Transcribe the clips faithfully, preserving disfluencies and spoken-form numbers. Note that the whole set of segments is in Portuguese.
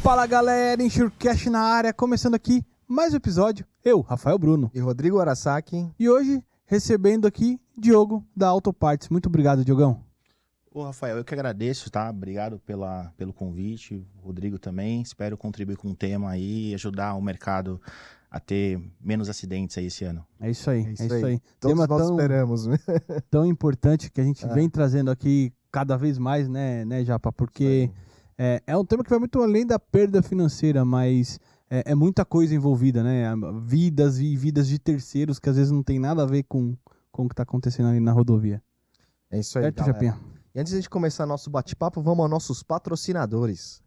Fala galera, Insurecast na área, começando aqui mais um episódio, eu, Rafael Bruno e Rodrigo Arasaki, e hoje recebendo aqui Diogo da Autoparts. Muito obrigado, Diogão. Ô Rafael, eu que agradeço, tá? Obrigado pela, pelo convite, o Rodrigo também, espero contribuir com o tema aí e ajudar o mercado a ter menos acidentes aí esse ano. É isso aí, é isso, é isso aí. aí. Todos tema nós tão, esperamos. Tão importante que a gente é. vem trazendo aqui cada vez mais, né, né Japa? Porque é, é um tema que vai muito além da perda financeira, mas é, é muita coisa envolvida, né? Vidas e vidas de terceiros que às vezes não tem nada a ver com, com o que está acontecendo ali na rodovia. É isso aí, certo, galera. Japinha? E antes de começar nosso bate-papo, vamos aos nossos patrocinadores.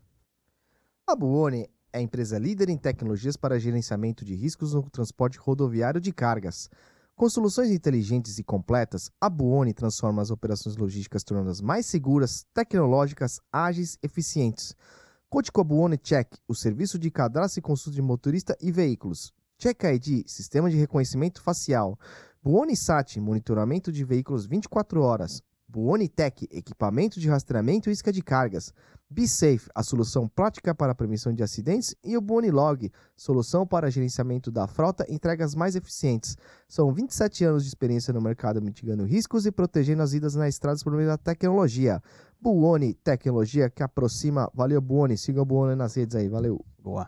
A Buoni é a empresa líder em tecnologias para gerenciamento de riscos no transporte rodoviário de cargas. Com soluções inteligentes e completas, a Buoni transforma as operações logísticas tornando-as mais seguras, tecnológicas, ágeis e eficientes. Conte com a Buoni Check, o serviço de cadastro e consulta de motorista e veículos. Check I D, sistema de reconhecimento facial. Buoni Sat, monitoramento de veículos vinte e quatro horas. Buoni Tech, equipamento de rastreamento e isca de cargas. BeSafe, a solução prática para a prevenção de acidentes. E o Buoni Log, solução para gerenciamento da frota e entregas mais eficientes. São vinte e sete anos de experiência no mercado mitigando riscos e protegendo as vidas nas estradas por meio da tecnologia. Buoni Tecnologia que aproxima. Valeu, Buoni. Siga o Buoni nas redes aí. Valeu. Boa.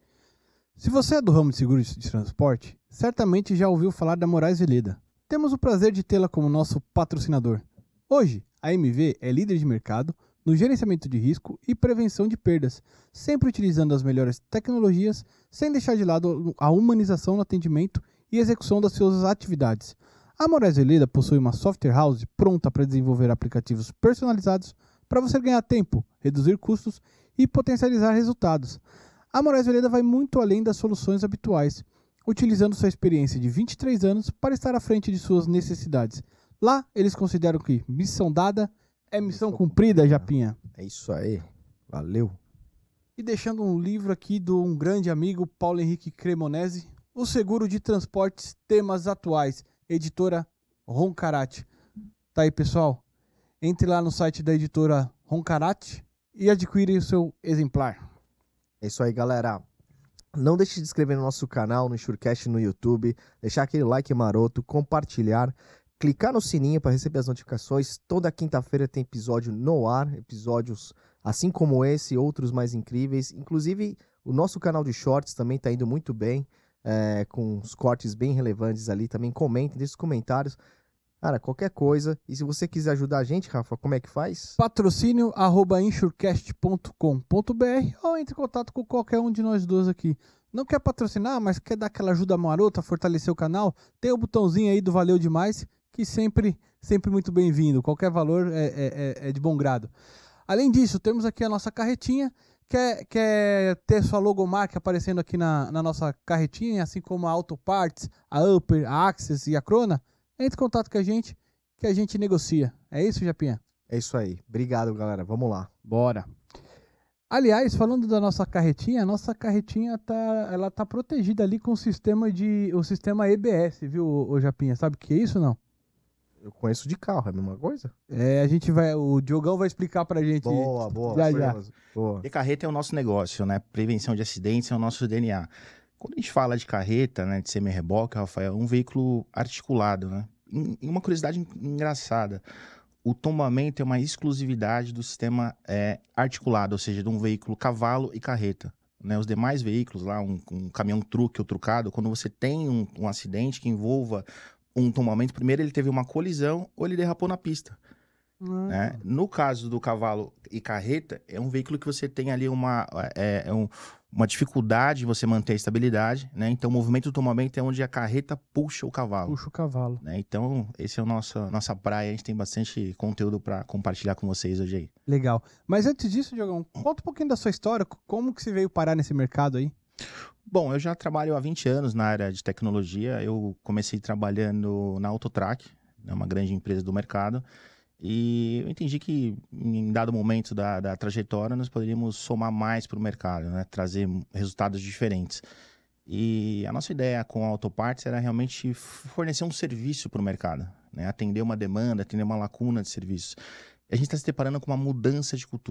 Se você é do ramo de seguros de transporte, certamente já ouviu falar da Moraes Veleda. Temos o prazer de tê-la como nosso patrocinador. Hoje, a M V é líder de mercado no gerenciamento de risco e prevenção de perdas, sempre utilizando as melhores tecnologias, sem deixar de lado a humanização no atendimento e execução das suas atividades. A Moraes Veleda possui uma software house pronta para desenvolver aplicativos personalizados para você ganhar tempo, reduzir custos e potencializar resultados. A Moraes Veleda vai muito além das soluções habituais, utilizando sua experiência de vinte e três anos para estar à frente de suas necessidades. Lá, eles consideram que missão dada é missão cumprida, Japinha. É isso aí. Valeu. E deixando um livro aqui de um grande amigo, Paulo Henrique Cremonese, O Seguro de Transportes, Temas Atuais, editora Roncarate. Tá aí, pessoal? Entre lá no site da editora Roncarate e adquire o seu exemplar. É isso aí, galera. Não deixe de se inscrever no nosso canal, no Insurecast no YouTube, deixar aquele like maroto, compartilhar, clicar no sininho para receber as notificações. Toda quinta-feira tem episódio no ar, episódios assim como esse e outros mais incríveis. Inclusive, o nosso canal de shorts também está indo muito bem, é, com os cortes bem relevantes ali. Também comentem, deixem os comentários. Cara, qualquer coisa. E se você quiser ajudar a gente, Rafa, como é que faz? Patrocínio arroba insurecast ponto com ponto b r ou entre em contato com qualquer um de nós dois aqui. Não quer patrocinar, mas quer dar aquela ajuda marota, fortalecer o canal? Tem o botãozinho aí do Valeu Demais, que sempre, sempre muito bem-vindo. Qualquer valor é, é, é de bom grado. Além disso, temos aqui a nossa carretinha. Quer, quer ter sua logomarca aparecendo aqui na, na nossa carretinha, assim como a Autoparts, a Upper, a Access e a Crona? Entre em contato com a gente, que a gente negocia. É isso, Japinha? É isso aí. Obrigado, galera. Vamos lá. Bora. Aliás, falando da nossa carretinha, a nossa carretinha tá, ela tá protegida ali com o sistema, de, o sistema E B S, viu, ô Japinha? Sabe o que é isso, não? Eu conheço de carro, é a mesma coisa? É, a gente vai, o Diogão vai explicar pra gente. Boa, boa. Já, já. Boa. E carreta é o nosso negócio, né? Prevenção de acidentes é o nosso D N A. Quando a gente fala de carreta, né, de semi-reboque, Rafael, é um veículo articulado, né? E uma curiosidade engraçada, o tombamento é uma exclusividade do sistema é, articulado, ou seja, de um veículo cavalo e carreta. Né? Os demais veículos, lá, um, um caminhão-truque ou trucado, quando você tem um, um acidente que envolva um tombamento, primeiro ele teve uma colisão ou ele derrapou na pista. Hum. Né? No caso do cavalo e carreta, é um veículo que você tem ali uma, é, é um, uma dificuldade de você manter a estabilidade, né? Então o movimento do tombamento é onde a carreta puxa o cavalo. Puxa o cavalo. Né? Então esse é o nosso, nossa praia, a gente tem bastante conteúdo para compartilhar com vocês hoje aí. Legal. Mas antes disso, Diogão, conta um pouquinho da sua história, como que você veio parar nesse mercado aí? Bom, eu já trabalho há vinte anos na área de tecnologia, eu comecei trabalhando na Autotrac, né, uma grande empresa do mercado, e eu entendi que em dado momento da, da trajetória nós poderíamos somar mais para o mercado, né? Trazer resultados diferentes. E a nossa ideia com a Autoparts era realmente fornecer um serviço para o mercado, né? Atender uma demanda, atender uma lacuna de serviços. A gente está se deparando com uma mudança de cultura,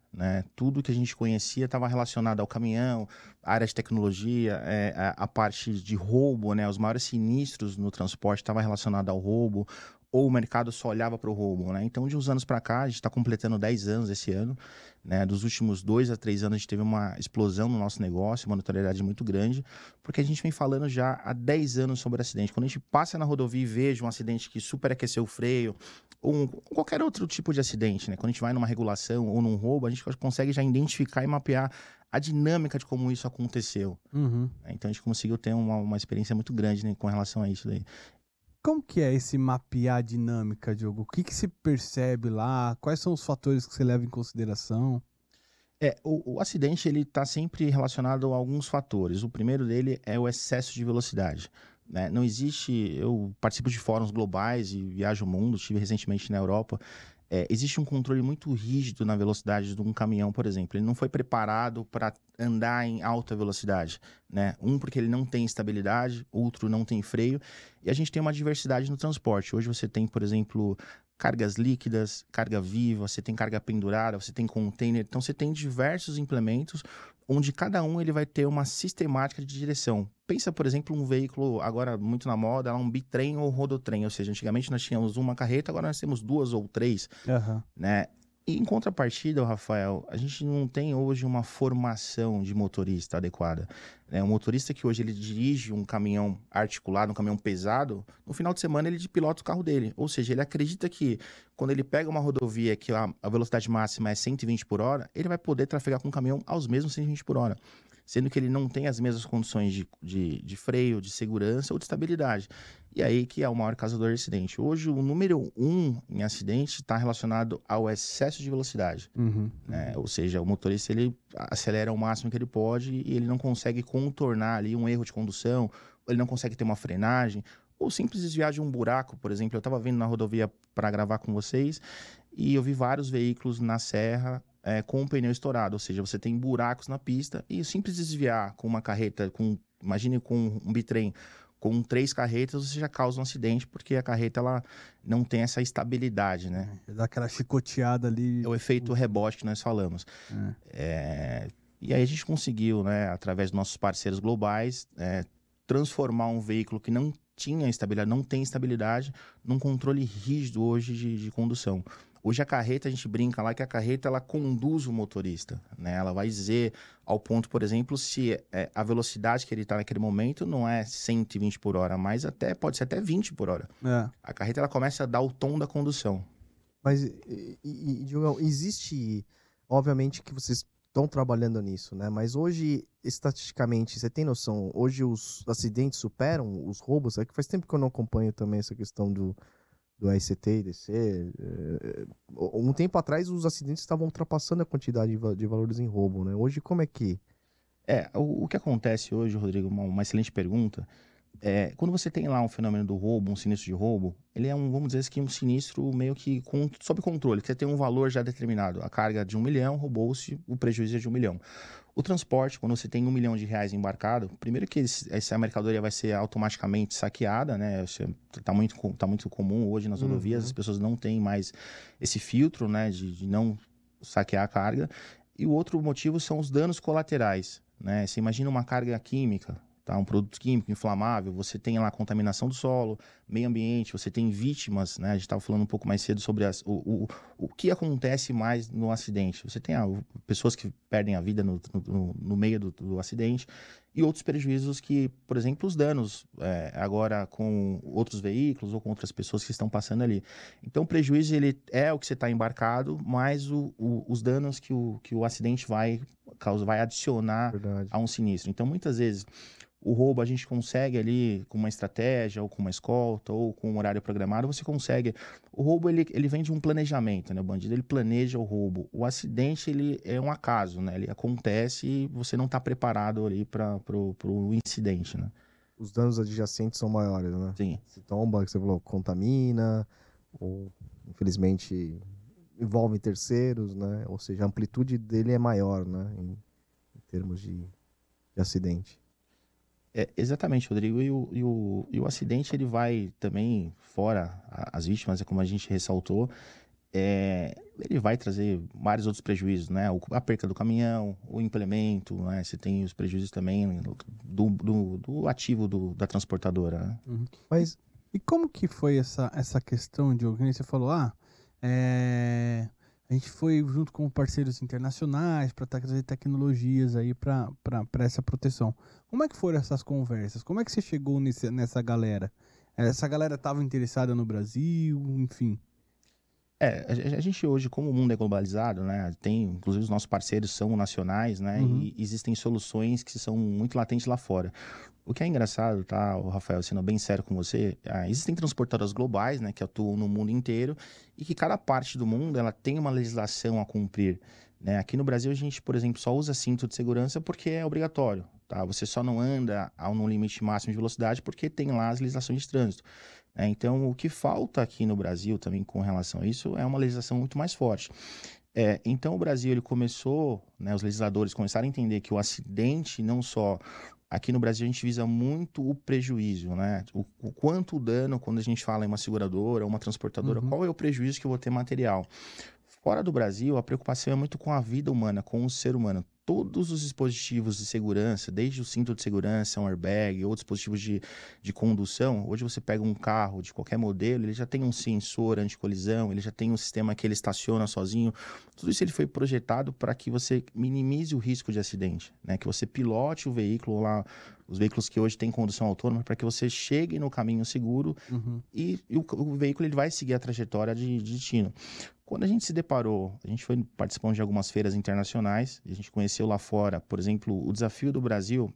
né? Tudo que a gente conhecia estava relacionado ao caminhão, à área de tecnologia, é, a, a parte de roubo, né? Os maiores sinistros no transporte estavam relacionados ao roubo, ou o mercado só olhava para o roubo, né? Então, de uns anos para cá, a gente está completando dez anos esse ano, né? Dos últimos dois a três anos, a gente teve uma explosão no nosso negócio, uma notoriedade muito grande, porque a gente vem falando já há dez anos sobre acidente. Quando a gente passa na rodovia e veja um acidente que superaqueceu o freio, ou um, qualquer outro tipo de acidente, né? Quando a gente vai numa regulação ou num roubo, a gente consegue já identificar e mapear a dinâmica de como isso aconteceu. Uhum. Então, a gente conseguiu ter uma, uma experiência muito grande, né, com relação a isso daí. Como que é esse mapear a dinâmica, Diogo? O que que se percebe lá? Quais são os fatores que você leva em consideração? É, o, o acidente ele está sempre relacionado a alguns fatores. O primeiro dele é o excesso de velocidade, né? Não existe. Eu participo de fóruns globais e viajo o mundo. Estive recentemente na Europa. É, existe um controle muito rígido na velocidade de um caminhão, por exemplo. Ele não foi preparado para andar em alta velocidade, né? Um, porque ele não tem estabilidade, outro, não tem freio. E a gente tem uma diversidade no transporte. Hoje você tem, por exemplo, cargas líquidas, carga viva, você tem carga pendurada, você tem container. Então você tem diversos implementos onde cada um ele vai ter uma sistemática de direção. Pensa, por exemplo, um veículo agora muito na moda, um bitrem ou rodotrem, ou seja, antigamente nós tínhamos uma carreta, agora nós temos duas ou três, Aham. né? E em contrapartida, Rafael, a gente não tem hoje uma formação de motorista adequada, né? Um motorista que hoje ele dirige um caminhão articulado, um caminhão pesado, no final de semana ele pilota o carro dele. Ou seja, ele acredita que quando ele pega uma rodovia que a, a velocidade máxima é cento e vinte por hora, ele vai poder trafegar com o caminhão aos mesmos cento e vinte por hora. Sendo que ele não tem as mesmas condições de, de, de freio, de segurança ou de estabilidade. E aí que é o maior causador de acidente. Hoje, o número um em acidente está relacionado ao excesso de velocidade, Uhum. né? Ou seja, o motorista ele acelera o máximo que ele pode e ele não consegue contornar ali um erro de condução, ou ele não consegue ter uma frenagem, ou simples desviar de um buraco, por exemplo. Eu estava vindo na rodovia para gravar com vocês e eu vi vários veículos na serra é, com o pneu estourado, ou seja, você tem buracos na pista e simples desviar com uma carreta, com, imagine com um bitrem, com três carretas você já causa um acidente, porque a carreta ela não tem essa estabilidade, né? Dá aquela chicoteada ali. É o efeito rebote que nós falamos. É. É, e aí a gente conseguiu, né, através dos nossos parceiros globais, é, transformar um veículo que não tinha estabilidade, não tem estabilidade, num controle rígido hoje de, de condução. Hoje a carreta, a gente brinca lá que a carreta ela conduz o motorista, né? Ela vai dizer ao ponto, por exemplo, se é, a velocidade que ele está naquele momento não é cento e vinte por hora, mas até, pode ser até vinte por hora. É. A carreta ela começa a dar o tom da condução. Mas, e, e, Diogão, existe, obviamente que vocês estão trabalhando nisso, né? Mas hoje, estatisticamente, você tem noção, hoje os acidentes superam os roubos? É que faz tempo que eu não acompanho também essa questão do, do A C T e D C. É, um tempo atrás, os acidentes estavam ultrapassando a quantidade de, de valores em roubo, né? Hoje, como é que... É, o, o que acontece hoje, Rodrigo, uma, uma excelente pergunta, é, quando você tem lá um fenômeno do roubo, um sinistro de roubo, ele é um, vamos dizer assim, um sinistro meio que com, sob controle, que você tem um valor já determinado. A carga de um milhão, roubou-se, o prejuízo é de um milhão. O transporte, quando você tem um milhão de reais embarcado, primeiro que esse, essa mercadoria vai ser automaticamente saqueada, né? Está muito, tá muito comum hoje nas rodovias, Uhum. as pessoas não têm mais esse filtro, né, de, de não saquear a carga. E o outro motivo são os danos colaterais, né? Você imagina uma carga química, tá? Um produto químico inflamável, você tem lá a contaminação do solo, meio ambiente, você tem vítimas, né? A gente estava falando um pouco mais cedo sobre as, o, o, o que acontece mais no acidente. Você tem ah, pessoas que perdem a vida no, no, no meio do, do acidente e outros prejuízos que, por exemplo, os danos é, agora com outros veículos ou com outras pessoas que estão passando ali. Então, o prejuízo ele é o que você está embarcado, mais o, o, os danos que o, que o acidente vai, causa, vai adicionar Verdade. a um sinistro. Então, muitas vezes, o roubo a gente consegue ali com uma estratégia, ou com uma escolta, ou com um horário programado, você consegue. O roubo, ele, ele vem de um planejamento, né? O bandido, ele planeja o roubo. O acidente, ele é um acaso, né? Ele acontece e você não está preparado ali para o incidente, né? Os danos adjacentes são maiores, né? Sim. Se tomba, que você falou, contamina, ou infelizmente envolve terceiros, né? Ou seja, a amplitude dele é maior, né? Em, em termos de, de acidente. É, exatamente, Rodrigo. E o, e, o, e o acidente, ele vai também, fora a, as vítimas, é como a gente ressaltou, é, ele vai trazer vários outros prejuízos, né? O- A perca do caminhão, o implemento, né? Você tem os prejuízos também do, do, do ativo do- da transportadora, né? Uhum. Mas E como que foi essa, essa questão, Diogo? Que nem você falou, ah, é, a gente foi junto com parceiros internacionais para trazer tecnologias aí para essa proteção. Como é que foram essas conversas? Como é que você chegou nesse, nessa galera? Essa galera estava interessada no Brasil, enfim. É, a, a gente hoje, como o mundo é globalizado, né? Tem, inclusive os nossos parceiros são nacionais, né? Uhum. E existem soluções que são muito latentes lá fora. O que é engraçado, tá, o Rafael, sendo bem sério com você, ah, existem transportadoras globais, né, que atuam no mundo inteiro e que cada parte do mundo ela tem uma legislação a cumprir, né? Aqui no Brasil a gente, por exemplo, só usa cinto de segurança porque é obrigatório, tá? Você só não anda a um limite máximo de velocidade porque tem lá as legislações de trânsito. Né? Então, o que falta aqui no Brasil também com relação a isso é uma legislação muito mais forte. É, então, o Brasil ele começou, né, os legisladores começaram a entender que o acidente não só aqui no Brasil a gente visa muito o prejuízo, né? O, o quanto o dano, quando a gente fala em uma seguradora, uma transportadora, Uhum. qual é o prejuízo que eu vou ter material? Fora do Brasil, a preocupação é muito com a vida humana, com o ser humano. Todos os dispositivos de segurança, desde o cinto de segurança, um airbag, ou dispositivos de, de condução, hoje você pega um carro de qualquer modelo, ele já tem um sensor anti-colisão, ele já tem um sistema que ele estaciona sozinho. Tudo isso ele foi projetado para que você minimize o risco de acidente, né? Que você pilote o veículo lá, os veículos que hoje têm condução autônoma, para que você chegue no caminho seguro Uhum. e, e o, o veículo ele vai seguir a trajetória de, de destino. Quando a gente se deparou, a gente foi participando de algumas feiras internacionais, a gente conheceu lá fora, por exemplo, o desafio do Brasil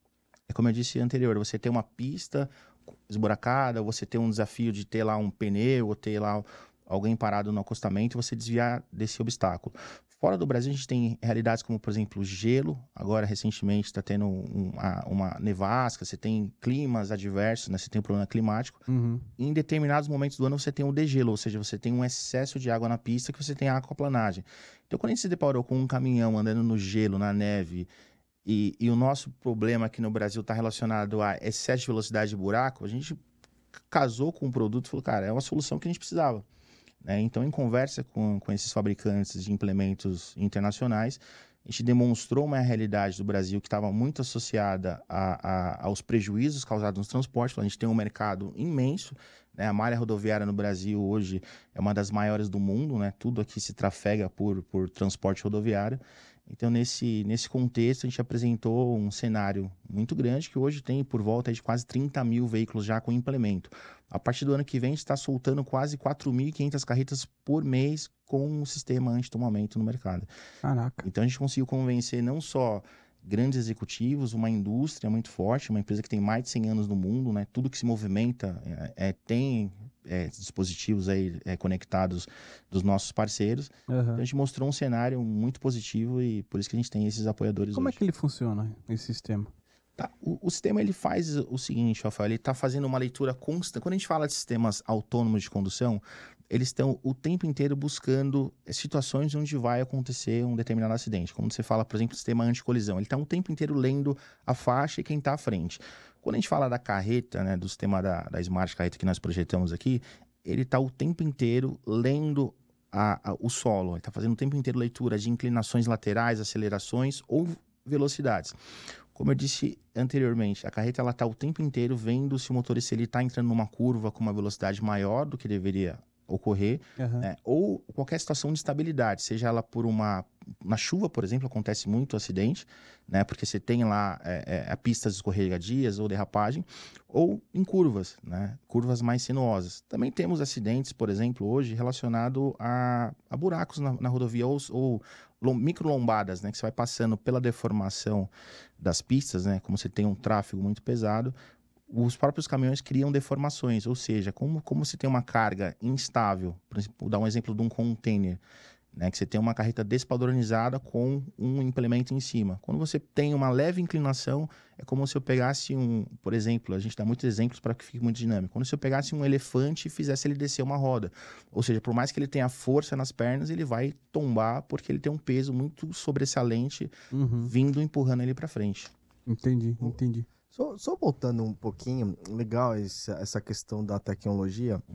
é como eu disse anterior, você ter uma pista esburacada, você ter um desafio de ter lá um pneu, ou ter lá alguém parado no acostamento e você desviar desse obstáculo. Fora do Brasil, a gente tem realidades como, por exemplo, gelo. Agora, recentemente, está tendo um, uma, uma nevasca, você tem climas adversos, né? Você tem um problema climático. Uhum. Em determinados momentos do ano você tem um degelo, ou seja, você tem um excesso de água na pista que você tem a aquaplanagem. Então, quando a gente se deparou com um caminhão andando no gelo, na neve, e, e o nosso problema aqui no Brasil está relacionado a excesso de velocidade de buraco, a gente casou com o produto e falou, cara, é uma solução que a gente precisava. Né? Então, em conversa com, com esses fabricantes de implementos internacionais, a gente demonstrou uma realidade do Brasil que estava muito associada a, a, aos prejuízos causados nos transportes. A gente tem um mercado imenso, né? A malha rodoviária no Brasil hoje é uma das maiores do mundo, né? Tudo aqui se trafega por, por transporte rodoviário. Então, nesse, nesse contexto, a gente apresentou um cenário muito grande que hoje tem por volta de quase trinta mil veículos já com implemento. A partir do ano que vem, a gente está soltando quase quatro mil e quinhentas carretas por mês com um sistema anti-tombamento no mercado. Caraca. Então, a gente conseguiu convencer não só grandes executivos, uma indústria muito forte, uma empresa que tem mais de cem anos no mundo, né? Tudo que se movimenta é, é, tem é, dispositivos aí, é, conectados dos nossos parceiros. Uhum. Então, a gente mostrou um cenário muito positivo e por isso que a gente tem esses apoiadores Como hoje. é que ele funciona, esse sistema? Tá, o, o sistema ele faz o seguinte, Rafael, ele está fazendo uma leitura constante. Quando a gente fala de sistemas autônomos de condução, eles estão o tempo inteiro buscando situações onde vai acontecer um determinado acidente. Como você fala, por exemplo, sistema anticolisão. Ele está o tempo inteiro lendo a faixa e quem está à frente. Quando a gente fala da carreta, né, do sistema da, da Smart Carreta que nós projetamos aqui, ele está o tempo inteiro lendo a, a, o solo. Ele está fazendo o tempo inteiro leitura de inclinações laterais, acelerações ou velocidades. Como eu disse anteriormente, a carreta ela está o tempo inteiro vendo se o motorista está entrando numa curva com uma velocidade maior do que deveria ocorrer, Uhum. né? Ou qualquer situação de estabilidade, seja ela por uma... Na chuva, por exemplo, acontece muito acidente, né? Porque você tem lá é, é, pistas escorregadias ou derrapagem, ou em curvas, né? Curvas mais sinuosas. Também temos acidentes, por exemplo, hoje relacionado a, a buracos na, na rodovia ou, ou microlombadas, né? Que você vai passando pela deformação das pistas, né? Como você tem um tráfego muito pesado, os próprios caminhões criam deformações, ou seja, como, como se tem uma carga instável, por exemplo, vou dar um exemplo de um container, né, que você tem uma carreta despadronizada com um implemento em cima. Quando você tem uma leve inclinação, é como se eu pegasse um, por exemplo, a gente dá muitos exemplos para que fique muito dinâmico, como se eu pegasse um elefante e fizesse ele descer uma roda. Ou seja, por mais que ele tenha força nas pernas, ele vai tombar porque ele tem um peso muito sobressalente Uhum. vindo empurrando ele para frente. Entendi, entendi. Só, só voltando um pouquinho, legal essa, essa questão da tecnologia. Uhum.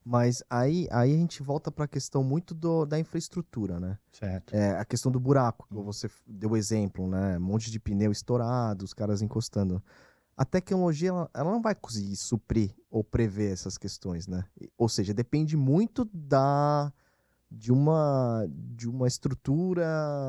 Mas aí, aí a gente volta para a questão muito do, da infraestrutura, né? Certo. É, a questão do buraco, que Hum. você deu exemplo, né? Um monte de pneu estourado, os caras encostando. A tecnologia, ela, ela não vai conseguir suprir ou prever essas questões, né? E- Ou seja, depende muito da, de uma, de uma estrutura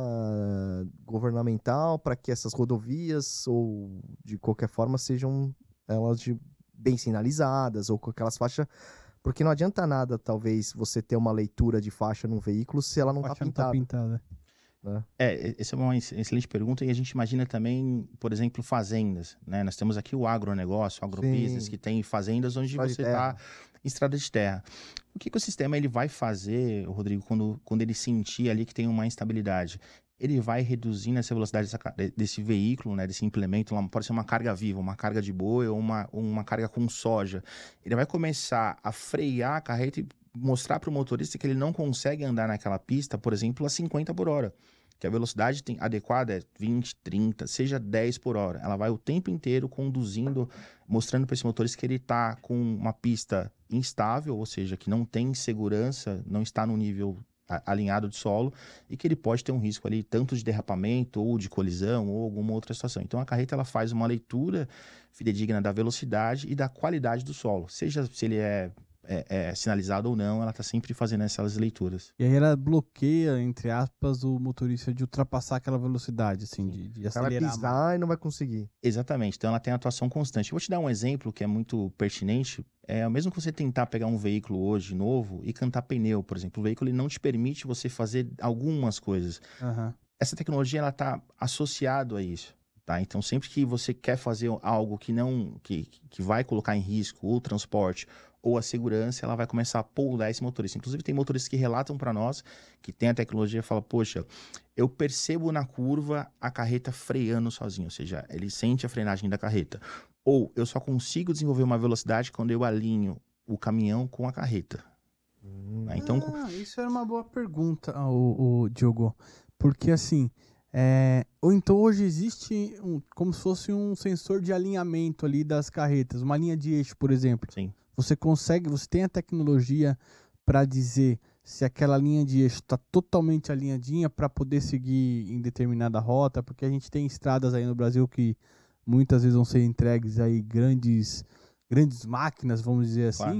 governamental para que essas rodovias ou de qualquer forma sejam elas de- bem sinalizadas ou com aquelas faixas, porque não adianta nada, talvez, você ter uma leitura de faixa num veículo se ela não A está faixa não tá pintada, pintada. né? É, e- essa é uma ex- excelente pergunta e a gente imagina também, por exemplo, fazendas, né? Nós temos aqui o agronegócio, o agrobusiness, Sim, que tem fazendas onde estrada de você está terra. em estrada de terra. O que, que o sistema ele vai fazer, Rodrigo, quando, quando ele sentir ali que tem uma instabilidade? Ele vai reduzindo essa velocidade dessa ca- de- desse veículo, né, desse implemento, lá, pode ser uma carga viva, uma carga de boi ou uma, ou uma carga com soja. Ele vai começar a frear a carreta e mostrar para o motorista que ele não consegue andar naquela pista, por exemplo, a cinquenta por hora. Que a velocidade tem- adequada é vinte, trinta, seja dez por hora. Ela vai o tempo inteiro conduzindo, mostrando para esse motorista que ele está com uma pista instável, ou seja, que não tem segurança, não está no nível a- alinhado de solo e que ele pode ter um risco ali tanto de derrapamento ou de colisão ou alguma outra situação. Então a carreta ela faz uma leitura fidedigna da velocidade e da qualidade do solo, seja se ele é, é- é sinalizado ou não, ela está sempre fazendo essas leituras. E aí ela bloqueia, entre aspas, o motorista de ultrapassar aquela velocidade, assim, Sim. de, de O cara vai acelerar mais. pisar e não vai conseguir. Exatamente, então ela tem atuação constante. Eu vou te dar um exemplo que é muito pertinente. É, mesmo que você tentar pegar um veículo hoje novo e cantar pneu, por exemplo, o veículo ele não te permite você fazer algumas coisas. Aham. Essa tecnologia ela está associado a isso, tá? Então sempre que você quer fazer algo que não que, que vai colocar em risco o transporte ou a segurança, ela vai começar a poldar esse motorista. Inclusive tem motoristas que relatam para nós que tem a tecnologia e fala, poxa, eu percebo na curva a carreta freando sozinho, ou seja, ele sente a frenagem da carreta. Ou eu só consigo desenvolver uma velocidade quando eu alinho o caminhão com a carreta. Hum. Né? Então, Ah, isso era uma boa pergunta, ah, o, o Diogo. Porque assim, é, ou então hoje existe um, como se fosse um sensor de alinhamento ali das carretas, uma linha de eixo, por exemplo. sim, Você consegue, você tem a tecnologia para dizer se aquela linha de eixo está totalmente alinhadinha para poder seguir em determinada rota, porque a gente tem estradas aí no Brasil que muitas vezes vão ser entregues aí grandes, grandes máquinas, vamos dizer assim. claro.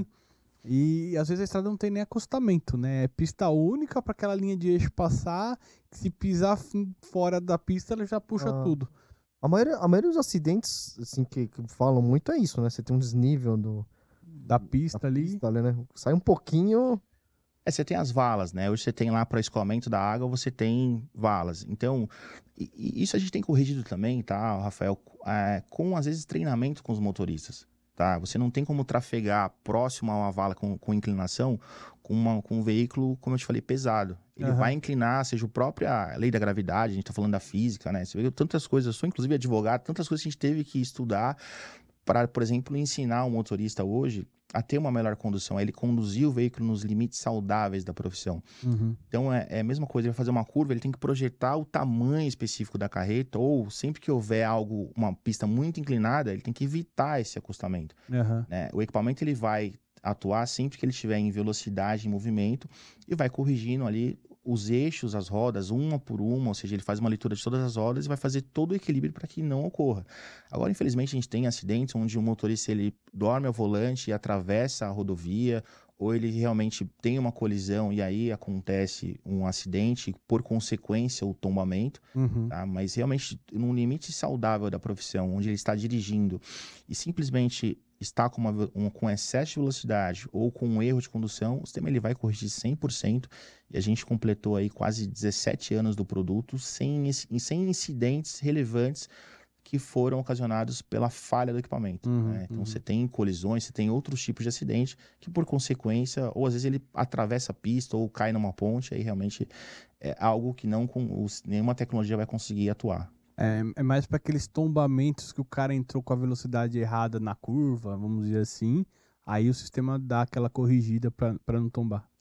E às vezes a estrada não tem nem acostamento, né? É pista única para aquela linha de eixo passar. Se pisar f- fora da pista, ela já puxa Ah, tudo. A maioria, a maioria dos acidentes, assim, que, que falam muito é isso, né? Você tem um desnível do, Da da pista ali. pista ali, né? Sai um pouquinho. É, você tem as valas, né? Hoje você tem lá para escoamento da água, você tem valas. Então, e- e isso a gente tem corrigido também, tá, Rafael? É, com, às vezes, treinamento com os motoristas, tá? Você não tem como trafegar próximo a uma vala com, com inclinação com, uma- com um veículo, como eu te falei, pesado. Ele Aham. vai inclinar, seja a própria lei da gravidade, a gente tá falando da física, né? Você vê tantas coisas, eu sou inclusive advogado, tantas coisas que a gente teve que estudar para, por exemplo, ensinar o motorista hoje a ter uma melhor condução, a ele conduzir o veículo nos limites saudáveis da profissão. Uhum. Então é, é a mesma coisa, ele vai fazer uma curva, ele tem que projetar o tamanho específico da carreta, ou sempre que houver algo, uma pista muito inclinada, ele tem que evitar esse acostamento, Aham. né? O equipamento ele vai atuar sempre que ele estiver em velocidade, em movimento, e vai corrigindo ali os eixos, as rodas, uma por uma, ou seja, ele faz uma leitura de todas as rodas e vai fazer todo o equilíbrio para que não ocorra. Agora, infelizmente, a gente tem acidentes onde o motorista ele dorme ao volante e atravessa a rodovia, ou ele realmente tem uma colisão e aí acontece um acidente, por consequência, o tombamento. Uhum. Tá? Mas realmente, num limite saudável da profissão, onde ele está dirigindo e simplesmente está com, uma, ve- um, com excesso de velocidade ou com um erro de condução, o sistema ele vai corrigir cem por cento e a gente completou aí quase dezessete anos do produto sem, inci- sem incidentes relevantes que foram ocasionados pela falha do equipamento. Uhum, Né? Então uhum. você tem colisões, você tem outros tipos de acidente que por consequência, ou às vezes ele atravessa a pista ou cai numa ponte, aí realmente é algo que não com, os- nenhuma tecnologia vai conseguir atuar. É, é mais para aqueles tombamentos que o cara entrou com a velocidade errada na curva, vamos dizer assim. Aí o sistema dá aquela corrigida para não tombar.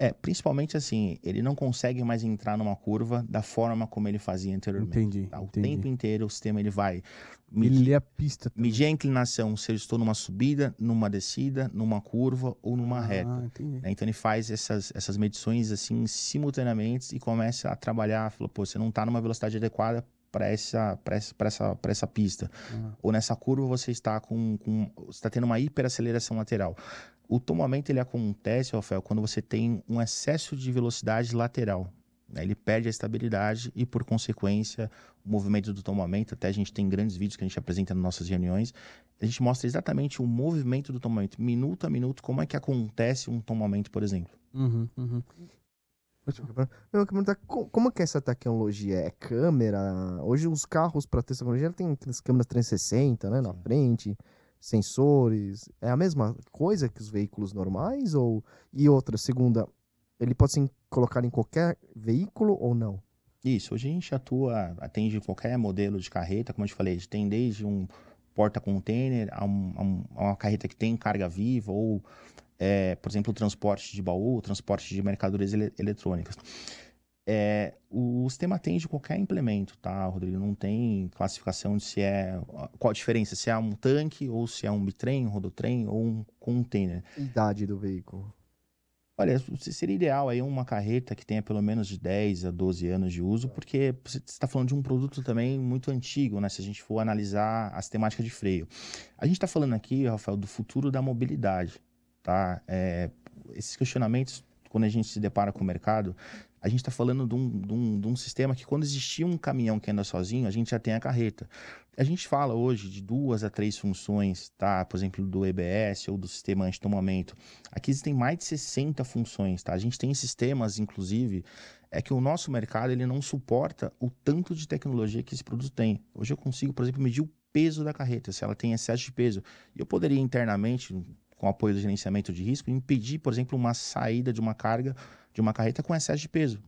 É, principalmente assim, ele não consegue mais entrar numa curva da forma como ele fazia anteriormente. Entendi, Tá? O entendi. tempo inteiro o sistema ele vai Ele medir, lê a pista também. medir a inclinação se eu estou numa subida, numa descida, numa curva ou numa Ah, reta. entendi. Né? Então ele faz essas, essas medições assim simultaneamente e começa a trabalhar, falou, pô, você não está numa velocidade adequada para essa, para essa, para essa, para essa pista. Ah, Ou nessa curva você está com, com você está tendo uma hiperaceleração lateral. O tomamento ele acontece, Rafael, quando você tem um excesso de velocidade lateral. Né? Ele perde a estabilidade e, por consequência, o movimento do tomamento, até a gente tem grandes vídeos que a gente apresenta nas nossas reuniões, a gente mostra exatamente o movimento do tomamento, minuto a minuto, como é que acontece um tomamento, por exemplo. uhum, uhum. Não, eu quero perguntar, co- como é que é essa tecnologia? É câmera? Hoje os carros para ter essa tecnologia têm aquelas câmeras trezentos e sessenta, né, na Sim. frente, sensores. É a mesma coisa que os veículos normais? Ou... E outra, segunda, ele pode ser colocado em qualquer veículo ou não? Isso, hoje a gente atua, atende qualquer modelo de carreta, como eu te falei, a gente tem desde um porta-container a, um- a um- a uma carreta que tem carga viva ou é, por exemplo, o transporte de baú, o transporte de mercadorias ele- eletrônicas. É, o, o sistema atende qualquer implemento, tá, Rodrigo? Não tem classificação de se é... Qual a diferença? Se é um tanque, ou se é um bitrem, um rodotrem, ou um container. Idade do veículo. Olha, se- seria ideal aí uma carreta que tenha pelo menos de dez a doze anos de uso, porque você está falando de um produto também muito antigo, né? Se a gente for analisar as temáticas de freio. A gente está falando aqui, Rafael, do futuro da mobilidade, tá? É, esses questionamentos, quando a gente se depara com o mercado, a gente está falando de um, de, um, de um sistema que quando existia um caminhão que anda sozinho, a gente já tem a carreta. A gente fala hoje de duas a três funções, tá? Por exemplo, do E B S ou do sistema anti-tomamento. Aqui existem mais de sessenta funções, tá? A gente tem sistemas, inclusive, é que o nosso mercado ele não suporta o tanto de tecnologia que esse produto tem. Hoje eu consigo, por exemplo, medir o peso da carreta, se ela tem excesso de peso. E eu poderia internamente, com o apoio do gerenciamento de risco, impedir, por exemplo, uma saída de uma carga de uma carreta com excesso de peso.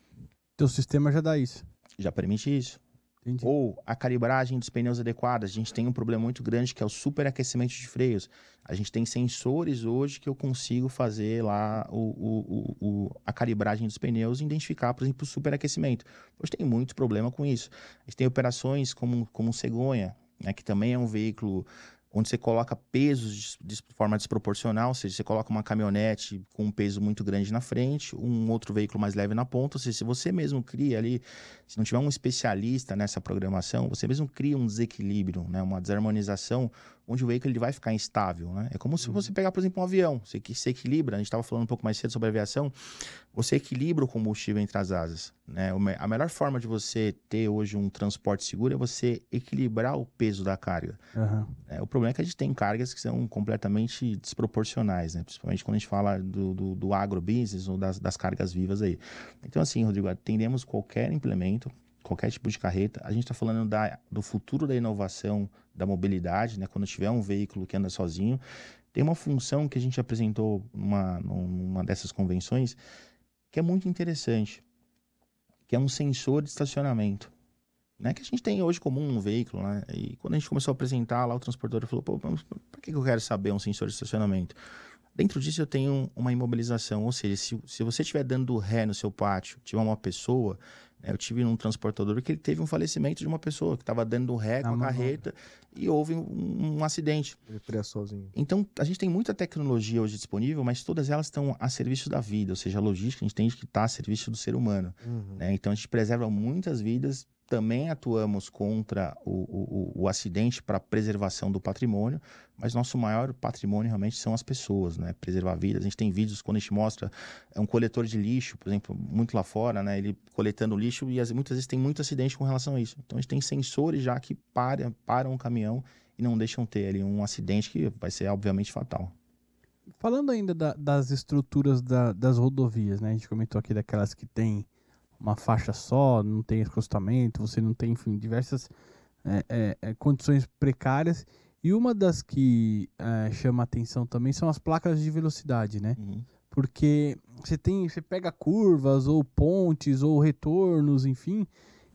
Teu sistema já dá isso. Já permite isso. Entendi. Ou a calibragem dos pneus adequados. A gente tem um problema muito grande que é o superaquecimento de freios. A gente tem sensores hoje que eu consigo fazer lá o, o, o, o- a calibragem dos pneus e identificar, por exemplo, o superaquecimento. Hoje tem muito problema com isso. A gente tem operações como, como o Cegonha, né, que também é um veículo onde você coloca pesos de, de forma desproporcional, ou seja, você coloca uma caminhonete com um peso muito grande na frente, um outro veículo mais leve na ponta, ou seja, se você mesmo cria ali, se não tiver um especialista nessa programação, você mesmo cria um desequilíbrio, né, uma desarmonização, onde o veículo ele vai ficar instável, né? É como se você pegar, por exemplo, um avião, você que se equilibra, a gente estava falando um pouco mais cedo sobre aviação, você equilibra o combustível entre as asas, né? O me- A melhor forma de você ter hoje um transporte seguro é você equilibrar o peso da carga. Aham. É, o problema é que a gente tem cargas que são completamente desproporcionais, né? Principalmente quando a gente fala do, do, do agrobusiness ou das, das cargas vivas aí. Então, assim, Rodrigo, atendemos qualquer implemento, qualquer tipo de carreta. A gente está falando da, do futuro da inovação, da mobilidade, né? Quando tiver um veículo que anda sozinho. Tem uma função que a gente apresentou numa, numa dessas convenções que é muito interessante, que é um sensor de estacionamento. Né, que a gente tem hoje comum no veículo, né? E quando a gente começou a apresentar lá, o transportador falou, pô, vamos, por que que eu quero saber um sensor de estacionamento? Dentro disso eu tenho uma imobilização, ou seja, se, se você estiver dando ré no seu pátio, tiver uma pessoa, né, eu tive num transportador que ele teve um falecimento de uma pessoa que estava dando ré Na com a manobra. carreta e houve um, um acidente. Ele freia sozinho. Então, a gente tem muita tecnologia hoje disponível, mas todas elas estão a serviço da vida, ou seja, a logística a gente tem que estar a serviço do ser humano. Uhum. Né? Então, a gente preserva muitas vidas, também atuamos contra o, o, o- o acidente para preservação do patrimônio, mas nosso maior patrimônio realmente são as pessoas, né? Preservar vidas. A gente tem vídeos quando a gente mostra é um coletor de lixo, por exemplo, muito lá fora, né? Ele coletando lixo e as- muitas vezes tem muito acidente com relação a isso. Então, a gente tem sensores já que param, param o caminhão e não deixam ter ali um acidente que vai ser obviamente fatal. Falando ainda da- das estruturas da- das rodovias, né? A gente comentou aqui daquelas que tem uma faixa só, não tem acostamento, você não tem, enfim, diversas é, é, é, condições precárias. E uma das que é, chama atenção também são as placas de velocidade, né? Uhum. Porque você tem, você pega curvas ou pontes ou retornos, enfim,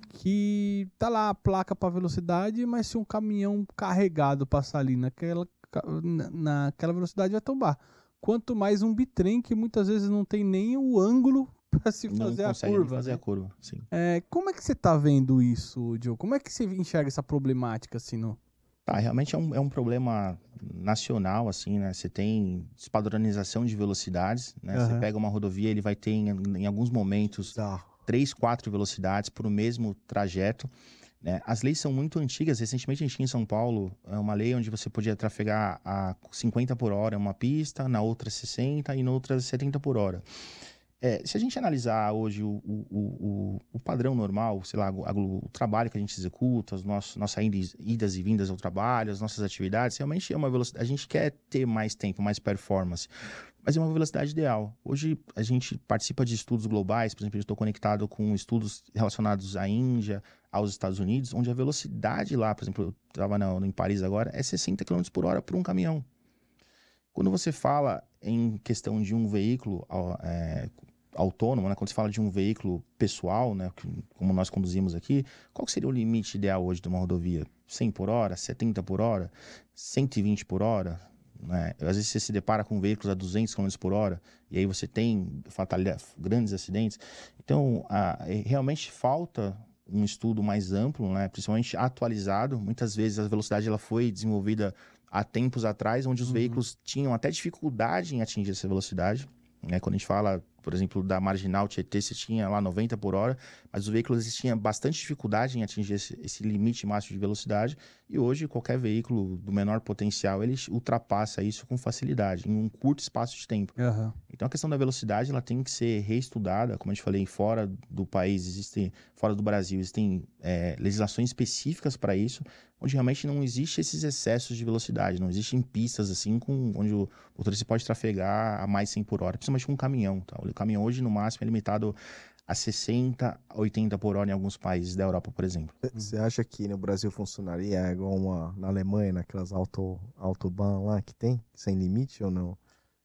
que tá lá a placa para velocidade, mas se um caminhão carregado passar ali naquela, ca- na- naquela velocidade vai tombar. quanto mais um bitrem que muitas vezes não tem nem o ângulo para se Não fazer a consegue curva. fazer né? a curva, sim. É, como é que você tá vendo isso, Diogo? Como é que você enxerga essa problemática assim no... Tá, realmente é um, é um problema nacional, assim, né? Você tem despadronização de velocidades, né? Você Aham. pega uma rodovia, ele vai ter em, em alguns momentos Bizarro. três, quatro velocidades para o mesmo trajeto, né? As leis são muito antigas. Recentemente a gente tinha em São Paulo é uma lei onde você podia trafegar a cinquenta por hora em uma pista, na outra sessenta e na outra setenta por hora. É, se a gente analisar hoje o, o, o, o padrão normal, sei lá, o, o trabalho que a gente executa, os nossos, nossas idas, idas e vindas ao trabalho, as nossas atividades, realmente é uma velocidade. A gente quer ter mais tempo, mais performance, mas é uma velocidade ideal. Hoje a gente participa de estudos globais, por exemplo, eu estou conectado com estudos relacionados à Índia, aos Estados Unidos, onde a velocidade lá, por exemplo, eu estava em Paris agora, é sessenta quilômetros por hora por um caminhão. Quando você fala em questão de um veículo é, autônomo, né? Quando você fala de um veículo pessoal, né? Como nós conduzimos aqui, qual que seria o limite ideal hoje de uma rodovia? cem por hora, setenta por hora, cento e vinte por hora? Né? Às vezes você se depara com veículos a duzentos quilômetros por hora e aí você tem fatalidade, grandes acidentes. Então, a, realmente falta um estudo mais amplo, né? Principalmente atualizado. Muitas vezes a velocidade ela foi desenvolvida há tempos atrás, onde os Uhum. veículos tinham até dificuldade em atingir essa velocidade. Né? Quando a gente fala, por exemplo, da Marginal Tietê, você tinha lá noventa por hora, mas os veículos tinham bastante dificuldade em atingir esse, esse limite máximo de velocidade, e hoje qualquer veículo do menor potencial, ele ultrapassa isso com facilidade, em um curto espaço de tempo. Aham. Então a questão da velocidade, ela tem que ser reestudada, como a gente falei, fora do país, existem, fora do Brasil, existem é, legislações específicas para isso, onde realmente não existe esses excessos de velocidade, não existem pistas assim, com, onde o motorista pode trafegar a mais cem por hora, principalmente com um caminhão. Tá? O caminhão hoje, no máximo, é limitado a sessenta, oitenta por hora em alguns países da Europa, por exemplo. Você acha que no Brasil funcionaria igual uma na Alemanha, naquelas auto, autobahn lá que tem, sem limite ou não?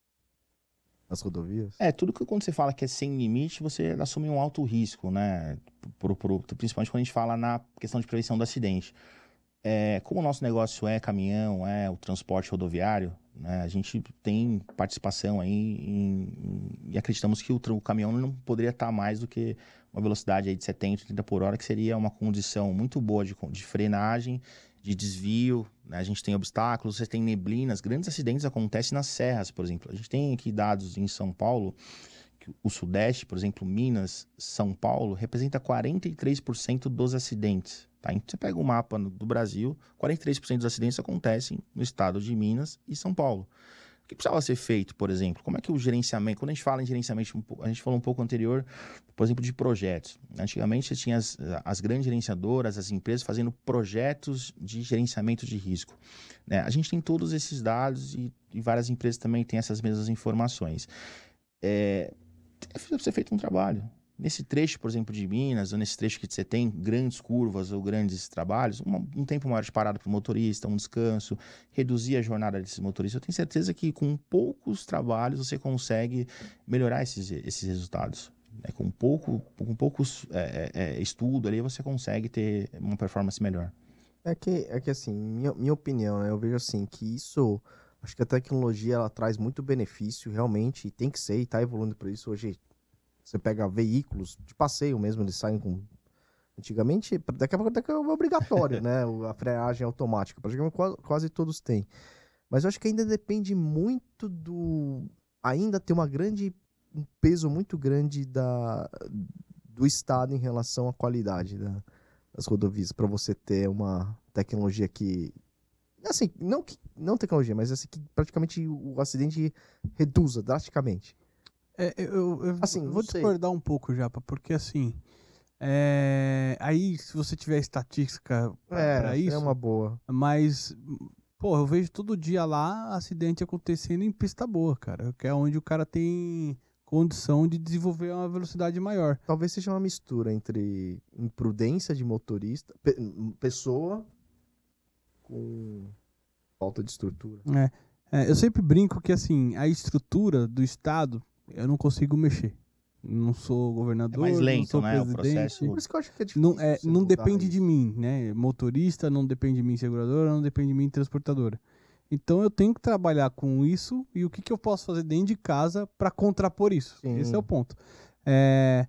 Nas rodovias? É, tudo que quando você fala que é sem limite, você assume um alto risco, né? Por, por, principalmente quando a gente fala na questão de prevenção do acidente. É, como o nosso negócio é caminhão, é o transporte rodoviário, né, a gente tem participação aí em, em, e acreditamos que o, o caminhão não poderia estar mais do que uma velocidade aí de setenta, oitenta por hora, que seria uma condição muito boa de, de frenagem, de desvio, né, a gente tem obstáculos, você tem neblinas, grandes acidentes acontecem nas serras, por exemplo. A gente tem aqui dados em São Paulo, que o Sudeste, por exemplo, Minas, São Paulo, representa quarenta e três por cento dos acidentes. Tá? Então, você pega o mapa do Brasil, quarenta e três por cento dos acidentes acontecem no estado de Minas e São Paulo. O que precisava ser feito, por exemplo? Como é que o gerenciamento... Quando a gente fala em gerenciamento, a gente falou um pouco anterior, por exemplo, de projetos. Antigamente, você tinha as, as grandes gerenciadoras, as empresas fazendo projetos de gerenciamento de risco. Né? A gente tem todos esses dados e, e várias empresas também têm essas mesmas informações. É, deve ser feito um trabalho. Nesse trecho, por exemplo, de Minas, ou nesse trecho que você tem grandes curvas ou grandes trabalhos, uma, um tempo maior de parada para o motorista, um descanso, reduzir a jornada desses motoristas. Eu tenho certeza que com poucos trabalhos você consegue melhorar esses, esses resultados. É, com, pouco, com poucos é, é, estudo ali, você consegue ter uma performance melhor. É que, é que assim, minha, minha opinião, né, eu vejo assim, que isso... Acho que a tecnologia, ela traz muito benefício, realmente, e tem que ser, e está evoluindo para isso. Hoje, você pega veículos de passeio mesmo, eles saem com... Antigamente, daqui a pouco é obrigatório, né? A freagem automática, praticamente quase, quase todos têm. Mas eu acho que ainda depende muito do... Ainda tem uma grande... Um peso muito grande da, do Estado em relação à qualidade da, das rodovias, para você ter uma tecnologia que... Assim, não, que, não tecnologia, mas assim, que praticamente o acidente reduza drasticamente. É, eu, eu Assim, vou não sei. discordar um pouco, Japa, porque assim, é, aí se você tiver estatística para É, isso, é uma boa. mas, pô, eu vejo todo dia lá acidente acontecendo em pista boa, cara, que é onde o cara tem condição de desenvolver uma velocidade maior. Talvez seja uma mistura entre imprudência de motorista, pe- pessoa, com falta de estrutura. É, é, eu sempre brinco que assim, a estrutura do Estado eu não consigo mexer. Não sou governador, É mais não lento, sou né, o presidente. processo. Por isso que eu acho que é difícil. Não, é, você não mudar depende de isso. mim, né? Motorista não depende de mim, seguradora não depende de mim, transportadora. Então eu tenho que trabalhar com isso e o que, que eu posso fazer dentro de casa para contrapor isso. Sim. Esse é o ponto. É...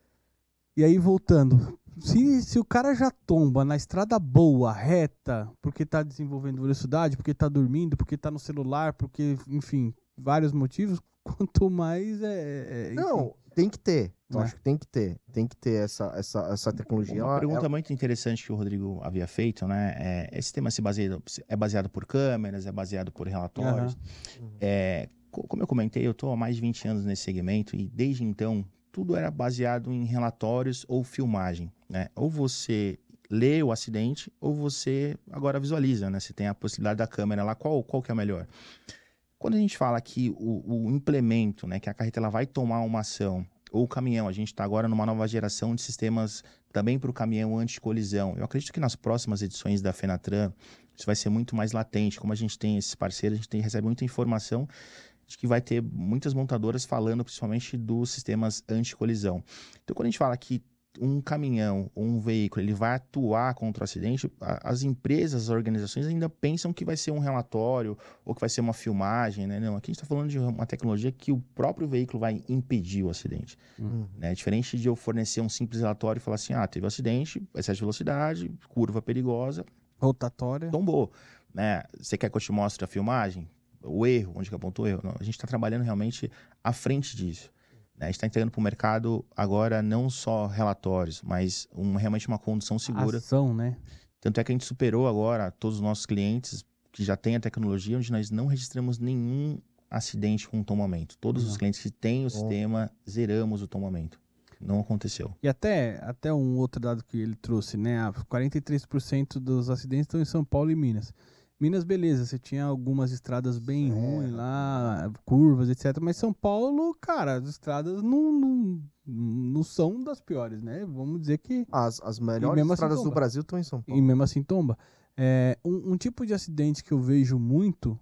E aí, voltando, se, se o cara já tomba na estrada boa, reta, porque tá desenvolvendo velocidade, porque tá dormindo, porque tá no celular, porque, enfim, vários motivos, quanto mais é... é Não, tem que ter. Eu É. acho que tem que ter. Tem que ter essa, essa, essa tecnologia. Uma Ela- pergunta ela- muito interessante que o Rodrigo havia feito, né? É, esse sistema se baseia, é baseado por câmeras, é baseado por relatórios. Uhum. É, co- como eu comentei, eu estou há mais de vinte anos nesse segmento e desde então tudo era baseado em relatórios ou filmagem, né? Ou você lê o acidente ou você agora visualiza, né? Você tem a possibilidade da câmera lá, qual, qual que é o melhor? Quando a gente fala que o, o implemento, né, que a carreta ela vai tomar uma ação, ou o caminhão, a gente está agora numa nova geração de sistemas também para o caminhão anti-colisão. Eu acredito que nas próximas edições da Fenatran, isso vai ser muito mais latente. Como a gente tem esses parceiros, a gente tem, recebe muita informação de que vai ter muitas montadoras falando principalmente dos sistemas anti-colisão. Então, quando a gente fala que um caminhão ou um veículo ele vai atuar contra o acidente, a- as empresas, as organizações ainda pensam que vai ser um relatório ou que vai ser uma filmagem, né? Não, aqui a gente está falando de uma tecnologia que o próprio veículo vai impedir o acidente. Uhum. Né? Diferente de eu fornecer um simples relatório e falar assim, ah, teve um acidente, excesso de velocidade, curva perigosa, Rotatória. tombou. Né? Você quer que eu te mostre a filmagem? O erro, onde que apontou o erro? Não, a gente está trabalhando realmente à frente disso. Né? A gente está entregando para o mercado agora não só relatórios, mas um, realmente uma condução segura. Ação, né? Tanto é que a gente superou agora todos os nossos clientes que já têm a tecnologia, onde nós não registramos nenhum acidente com tombamento. Todos Não. os clientes que têm o Bom. sistema, zeramos o tombamento. Não aconteceu. E até, até um outro dado que ele trouxe, né? Ah, quarenta e três por cento dos acidentes estão em São Paulo e Minas. Minas, beleza, você tinha algumas estradas bem Serra, ruins lá, curvas, etcétera. Mas São Paulo, cara, as estradas não, não, não são das piores, né? Vamos dizer que. As, as E melhores mesmo assim estradas do tomba. Brasil estão em São E Paulo. mesmo assim tomba. É, um, um tipo de acidente que eu vejo muito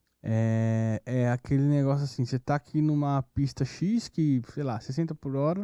é, é aquele negócio assim, você tá aqui numa pista X que, sei lá, sessenta por hora,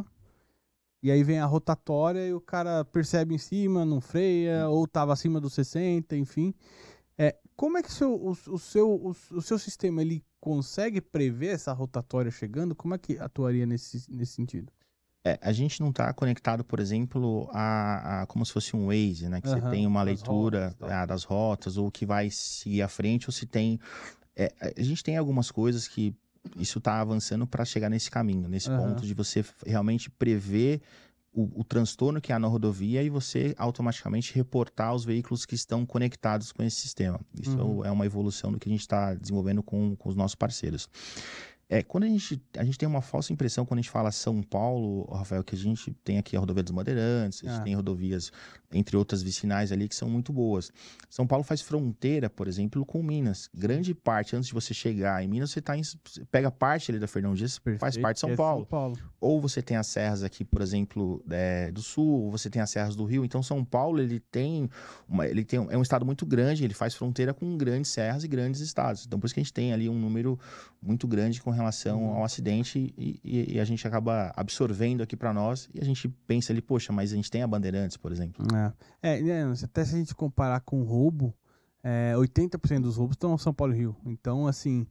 e aí vem a rotatória e o cara percebe em cima, não freia, ou tava acima dos sessenta, enfim. É, como é que o seu, o, o seu, o, o seu sistema ele consegue prever essa rotatória chegando? Como é que atuaria nesse, nesse sentido? É, a gente não está conectado, por exemplo, a, a como se fosse um Waze, né? Que você Aham, tem uma das leitura rotas, tal. ah, das rotas, ou que vai seguir à frente, ou se tem... é, a gente tem algumas coisas que isso está avançando para chegar nesse caminho, nesse Aham. ponto de você f- realmente prever o, o transtorno que há na rodovia e você automaticamente reportar os veículos que estão conectados com esse sistema. Isso Uhum. é uma evolução do que a gente está desenvolvendo com, com os nossos parceiros. É, quando a gente, a gente tem uma falsa impressão quando a gente fala São Paulo, Rafael, que a gente tem aqui a rodovia dos Bandeirantes, a gente Ah. tem rodovias, entre outras vicinais ali, que são muito boas. São Paulo faz fronteira, por exemplo, com Minas. Grande parte, antes de você chegar em Minas, você, tá em, você pega parte ali da Fernão Dias, faz Perfeito, parte de São é Paulo. São Paulo. Ou você tem as serras aqui, por exemplo, é, do Sul, ou você tem as serras do Rio. Então, São Paulo, ele tem, uma, ele tem um- é um estado muito grande, ele faz fronteira com grandes serras e grandes estados. Então, por isso que a gente tem ali um número muito grande com relação Uhum. ao acidente e, e- e a gente acaba absorvendo aqui para nós e a gente pensa ali, poxa, mas a gente tem a Bandeirantes, por exemplo. É, é, né, até se a gente comparar com roubo, é, oitenta por cento dos roubos estão em São Paulo e Rio. Então, assim,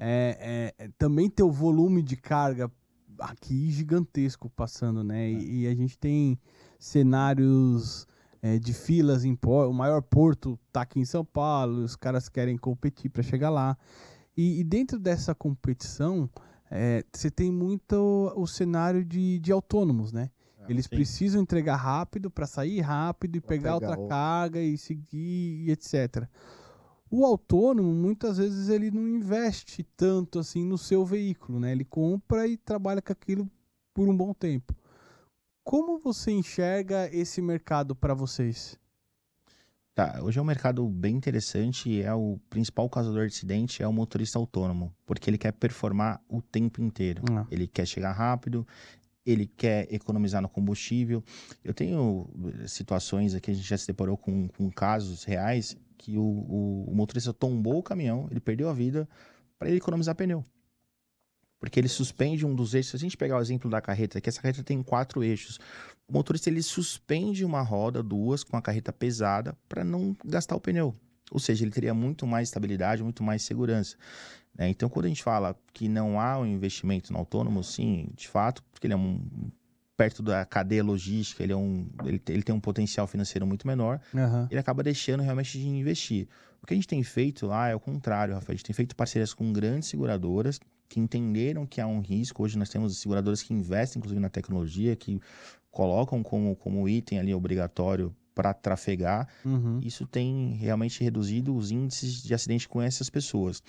é, é, é, também tem o volume de carga aqui gigantesco passando, né? E, e a gente tem cenários é, de filas em porto. O maior porto tá aqui em São Paulo, os caras querem competir para chegar lá. E, e dentro dessa competição, é, você tem muito o, o cenário de, de autônomos, né? Eles sim. precisam entregar rápido para sair rápido e Pra pegar pegar outra o- carga e seguir e etcétera. O autônomo, muitas vezes, ele não investe tanto assim no seu veículo, né? Ele compra e trabalha com aquilo por um bom tempo. Como você enxerga esse mercado para vocês? Tá, hoje é um mercado bem interessante e é o principal causador de acidente é o motorista autônomo, porque ele quer performar o tempo inteiro. Ah. Ele quer chegar rápido, ele quer economizar no combustível. Eu tenho eh, situações aqui, a gente já se deparou com, com casos reais que o, o, o motorista tombou o caminhão, ele perdeu a vida para ele economizar pneu. Porque ele suspende um dos eixos. Se a gente pegar o exemplo da carreta, que essa carreta tem quatro eixos. O motorista ele suspende uma roda, duas, com a carreta pesada, para não gastar o pneu. Ou seja, ele teria muito mais estabilidade, muito mais segurança. Né? Então, quando a gente fala que não há um investimento no autônomo, sim, de fato, porque ele é um perto da cadeia logística, ele, é um, ele, ele tem um potencial financeiro muito menor, Aham. ele acaba deixando realmente de investir. O que a gente tem feito lá é o contrário, Rafael. A gente tem feito parcerias com grandes seguradoras que entenderam que há um risco. Hoje nós temos seguradoras que investem, inclusive, na tecnologia, que colocam como, como item ali obrigatório para trafegar. Uhum. Isso tem realmente reduzido os índices de acidente com essas pessoas.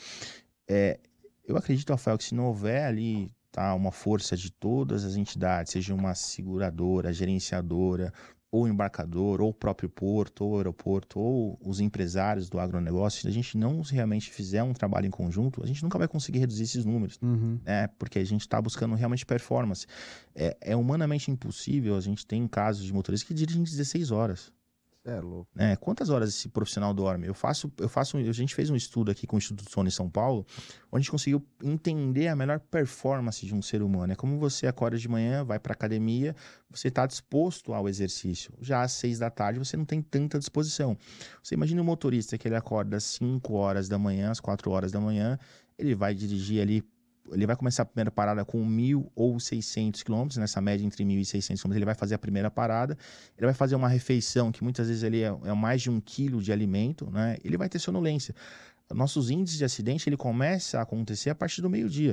É, eu acredito, Rafael, que se não houver ali tá, uma força de todas as entidades, seja uma seguradora, gerenciadora, ou embarcador, ou o próprio porto, ou o aeroporto, ou os empresários do agronegócio, se a gente não realmente fizer um trabalho em conjunto, a gente nunca vai conseguir reduzir esses números, Uhum. né? Porque a gente está buscando realmente performance. É, é humanamente impossível, a gente tem casos de motoristas que dirigem dezesseis horas. É louco. Né? Quantas horas esse profissional dorme? Eu faço, eu faço, a gente fez um estudo aqui com o Instituto Sony em São Paulo, onde a gente conseguiu entender a melhor performance de um ser humano. É como você acorda de manhã, vai para academia, você está disposto ao exercício. Já às seis da tarde você não tem tanta disposição. Você imagina um motorista que ele acorda às cinco horas da manhã, às quatro horas da manhã, ele vai dirigir ali. Ele vai começar a primeira parada com mil ou seiscentos quilômetros, nessa média entre mil e seiscentos quilômetros, ele vai fazer a primeira parada, ele vai fazer uma refeição que muitas vezes ele é, é mais de um quilo de alimento, né? Ele vai ter sonolência. Nossos índices de acidente, ele começa a acontecer a partir do meio-dia.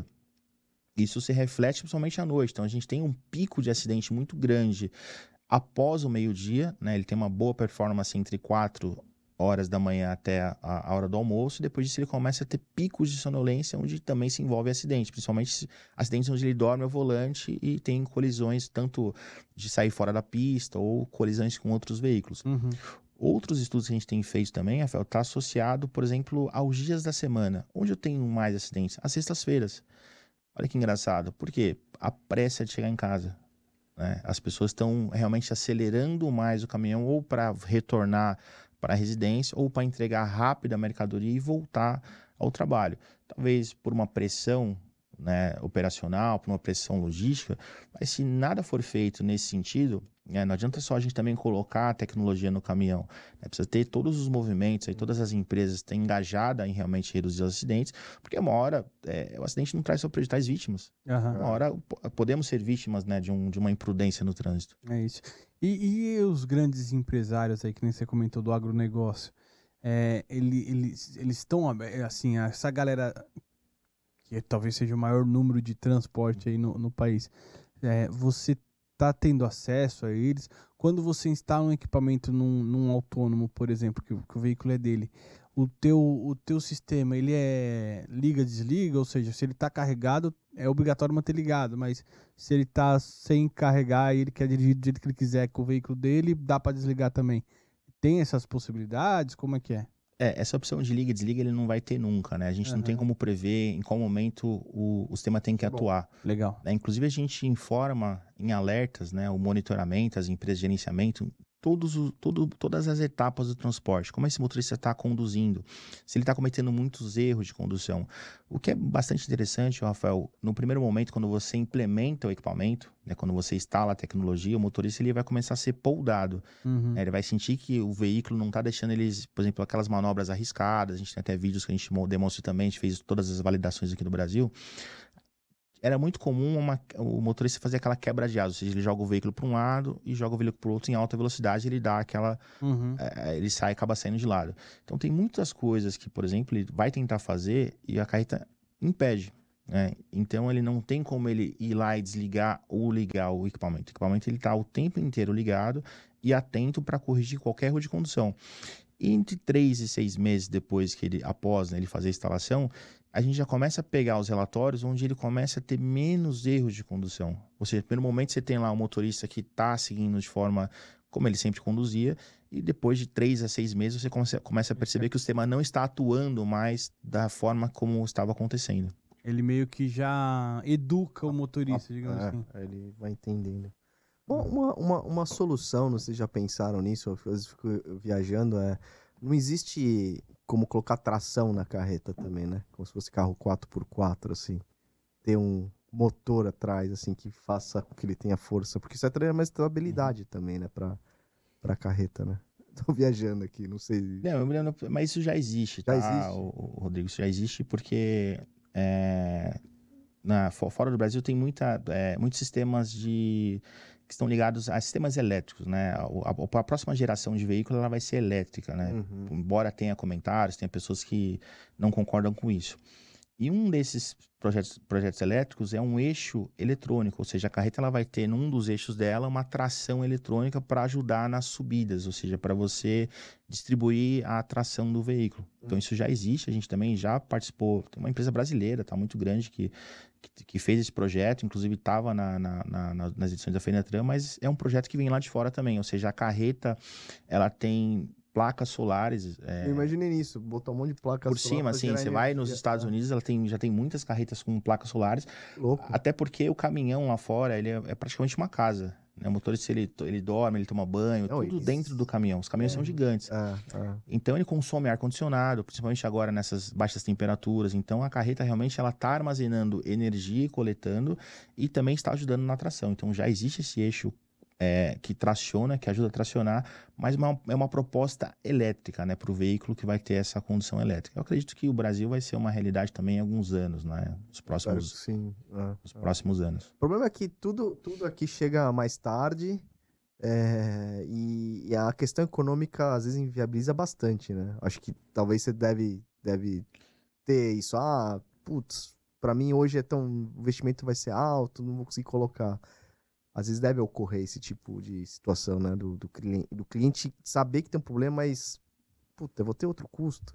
Isso se reflete principalmente à noite. Então, a gente tem um pico de acidente muito grande após o meio-dia, né? Ele tem uma boa performance entre quatro horas da manhã até a, a hora do almoço, e depois disso ele começa a ter picos de sonolência, onde também se envolve acidente, principalmente acidentes onde ele dorme ao volante e tem colisões tanto de sair fora da pista ou colisões com outros veículos. Uhum. Outros estudos que a gente tem feito também, Rafael, está associado, por exemplo, aos dias da semana. Onde eu tenho mais acidentes? Às sextas-feiras. Olha que engraçado, porque a pressa de chegar em casa. Né? As pessoas estão realmente acelerando mais o caminhão ou para retornar para a residência ou para entregar rápido a mercadoria e voltar ao trabalho. Talvez por uma pressão, né, operacional, por uma pressão logística, mas se nada for feito nesse sentido, né, não adianta só a gente também colocar a tecnologia no caminhão. Né? Precisa ter todos os movimentos, aí, todas as empresas estão engajadas em realmente reduzir os acidentes, porque uma hora é, o acidente não traz só prejudicar as vítimas. Aham. Uma hora podemos ser vítimas, né, de, um, de uma imprudência no trânsito. É isso. E, e os grandes empresários aí, que nem você comentou, do agronegócio, é, ele, eles eles estão, assim, essa galera, que talvez seja o maior número de transporte aí no, no país, é, você tá tendo acesso a eles? Quando você instala um equipamento num, num autônomo, por exemplo, que, o- que o veículo é dele, o teu, o teu sistema, ele é liga, desliga, ou seja, se ele tá carregado, é obrigatório manter ligado, mas se ele tá sem carregar e ele quer dirigir do jeito que ele quiser com o veículo dele, dá para desligar também. Tem essas possibilidades? Como é que é? É, essa opção de liga e desliga ele não vai ter nunca, né? A gente não tem Aham. como prever em qual momento o, o sistema tem que Bom. atuar. Legal. Né? Inclusive, a gente informa em alertas, né, o monitoramento, as empresas de gerenciamento, todos o, todo, todas as etapas do transporte, como esse motorista está conduzindo, se ele está cometendo muitos erros de condução. O que é bastante interessante, Rafael, no primeiro momento, quando você implementa o equipamento, né, quando você instala a tecnologia, o motorista ele vai começar a ser poldado. Uhum. Né? Ele vai sentir que o veículo não está deixando eles, por exemplo, aquelas manobras arriscadas. A gente tem até vídeos que a gente demonstra também, a gente fez todas as validações aqui no Brasil. Era muito comum uma, o motorista fazer aquela quebra de asa, ou seja, ele joga o veículo para um lado e joga o veículo para o outro em alta velocidade, ele dá aquela, Uhum. é, ele sai e acaba saindo de lado. Então tem muitas coisas que, por exemplo, ele vai tentar fazer e a carreta impede. Né? Então ele não tem como ele ir lá e desligar ou ligar o equipamento. O equipamento ele está o tempo inteiro ligado e atento para corrigir qualquer erro de condução. E entre três e seis meses depois que ele, após né, ele fazer a instalação, a gente já começa a pegar os relatórios onde ele começa a ter menos erros de condução. Ou seja, no primeiro momento você tem lá um motorista que está seguindo de forma como ele sempre conduzia, e depois de três a seis meses você começa, começa a perceber que o sistema não está atuando mais da forma como estava acontecendo. Ele meio que já educa o motorista, digamos É, assim. aí ele vai entendendo. Bom, uma, uma, uma solução, não sei se já pensaram nisso, eu às vezes fico viajando, é, não existe como colocar tração na carreta também, né? Como se fosse carro quatro por quatro, assim. Ter um motor atrás, assim, que faça com que ele tenha força, porque isso é trazer mais estabilidade também, né, pra, pra carreta, né? tô viajando aqui, não sei. Não, eu me lembro, mas isso já existe, tá, Já existe? o, o Rodrigo? Isso já existe porque é, na, fo- fora do Brasil tem muita, é, muitos sistemas de, que estão ligados a sistemas elétricos, né? A, a- a próxima geração de veículo ela vai ser elétrica, né? Uhum. Embora tenha comentários, tenha pessoas que não concordam com isso. E um desses projetos, projetos elétricos é um eixo eletrônico, ou seja, a carreta ela vai ter num dos eixos dela uma tração eletrônica para ajudar nas subidas, ou seja, para você distribuir a tração do veículo. Então isso já existe, a gente também já participou, tem uma empresa brasileira, tá muito grande, que, que, que fez esse projeto, inclusive estava na, na, na, nas edições da Fenatran, mas é um projeto que vem lá de fora também, ou seja, a carreta ela tem placas solares. Eu É, imaginei nisso, botar um monte de placa por solar cima, pra assim, gerar você vai nos energia. Estados Ah, Unidos, ela tem, já tem muitas carretas com placas solares, louco. até porque o caminhão lá fora, ele é, é praticamente uma casa, né? O motorista, ele, ele dorme, ele toma banho, Não, tudo eles- dentro do caminhão. Os caminhões É. são gigantes. Ah, ah. Então, ele consome ar-condicionado, principalmente agora nessas baixas temperaturas. Então, a carreta realmente, ela está armazenando energia e coletando e também está ajudando na tração. Então, já existe esse eixo é, que traciona, que ajuda a tracionar, mas uma- é uma proposta elétrica, né, para o veículo que vai ter essa condução elétrica. Eu acredito que o Brasil vai ser uma realidade também em alguns anos, né, nos Espero que próximos, sim. Ah, nos ah. próximos anos. O problema é que tudo, tudo aqui chega mais tarde, é, e, e a questão econômica às vezes inviabiliza bastante, né? Acho que talvez você deve, deve ter isso. Ah, putz, pra mim hoje é tão, o investimento vai ser alto, não vou conseguir colocar. Às vezes deve ocorrer esse tipo de situação, né? Do, do, cliente, do cliente saber que tem um problema, mas, puta, eu vou ter outro custo.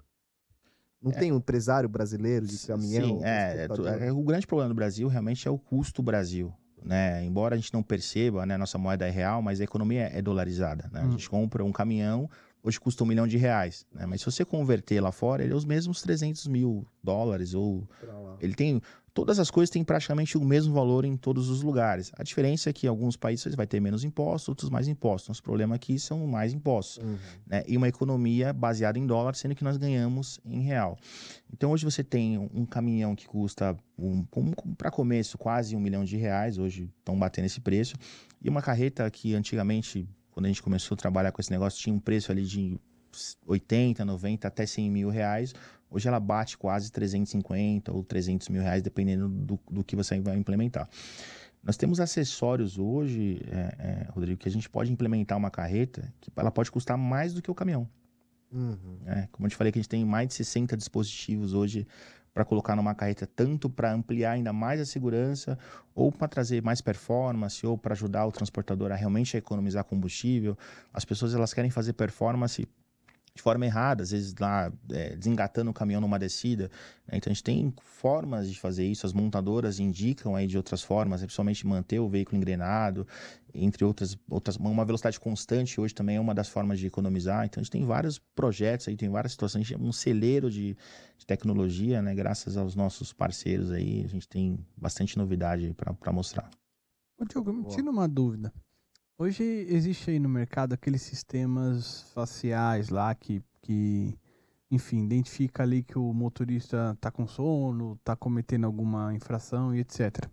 Não É, tem um empresário brasileiro de S- caminhão, Sim, é, é tu- transportador. é, o grande problema do Brasil realmente é o custo Brasil, né? Embora a gente não perceba, né, nossa moeda é real, mas a economia é dolarizada, né? A Hum. gente compra um caminhão, hoje custa um milhão de reais, né? Mas se você converter lá fora, ele é os mesmos trezentos mil dólares, ou Pra lá. ele tem, todas as coisas têm praticamente o mesmo valor em todos os lugares. A diferença é que em alguns países você vai ter menos impostos, outros mais impostos. Nosso problema aqui são mais impostos, Uhum. né? E uma economia baseada em dólar, sendo que nós ganhamos em real. Então hoje você tem um, um caminhão que custa, um, um, para começo, quase um milhão de reais, hoje estão batendo esse preço, e uma carreta que antigamente, quando a gente começou a trabalhar com esse negócio, tinha um preço ali de oitenta, noventa, até cem mil reais, hoje ela bate quase trezentos e cinquenta ou trezentos mil reais, dependendo do, do que você vai implementar. Nós temos acessórios hoje, é, é, Rodrigo, que a gente pode implementar uma carreta que ela pode custar mais do que o caminhão. Uhum. É, como eu te falei, que a gente tem mais de sessenta dispositivos hoje para colocar numa carreta, tanto para ampliar ainda mais a segurança, ou para trazer mais performance, ou para ajudar o transportador a realmente economizar combustível. As pessoas elas querem fazer performance de forma errada, às vezes lá é, desengatando o caminhão numa descida, né? Então a gente tem formas de fazer isso, as montadoras indicam aí de outras formas, né? Principalmente manter o veículo engrenado, entre outras, outras, uma velocidade constante hoje também é uma das formas de economizar. Então a gente tem vários projetos aí, tem várias situações, a gente é um celeiro de, de tecnologia, né? Graças aos nossos parceiros aí, a gente tem bastante novidade para mostrar. Ô, Diogo, me Boa. tira uma dúvida. Hoje existe aí no mercado aqueles sistemas faciais lá que, que enfim, identifica ali que o motorista tá com sono, tá cometendo alguma infração e etcétera.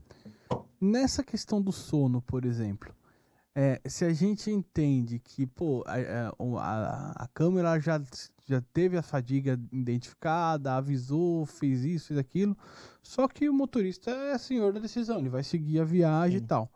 Nessa questão do sono, por exemplo, é, se a gente entende que, pô, a, a, a- a câmera já, já teve a fadiga identificada, avisou, fez isso, fez aquilo, só que o motorista é senhor da decisão, ele vai seguir a viagem e Sim. tal.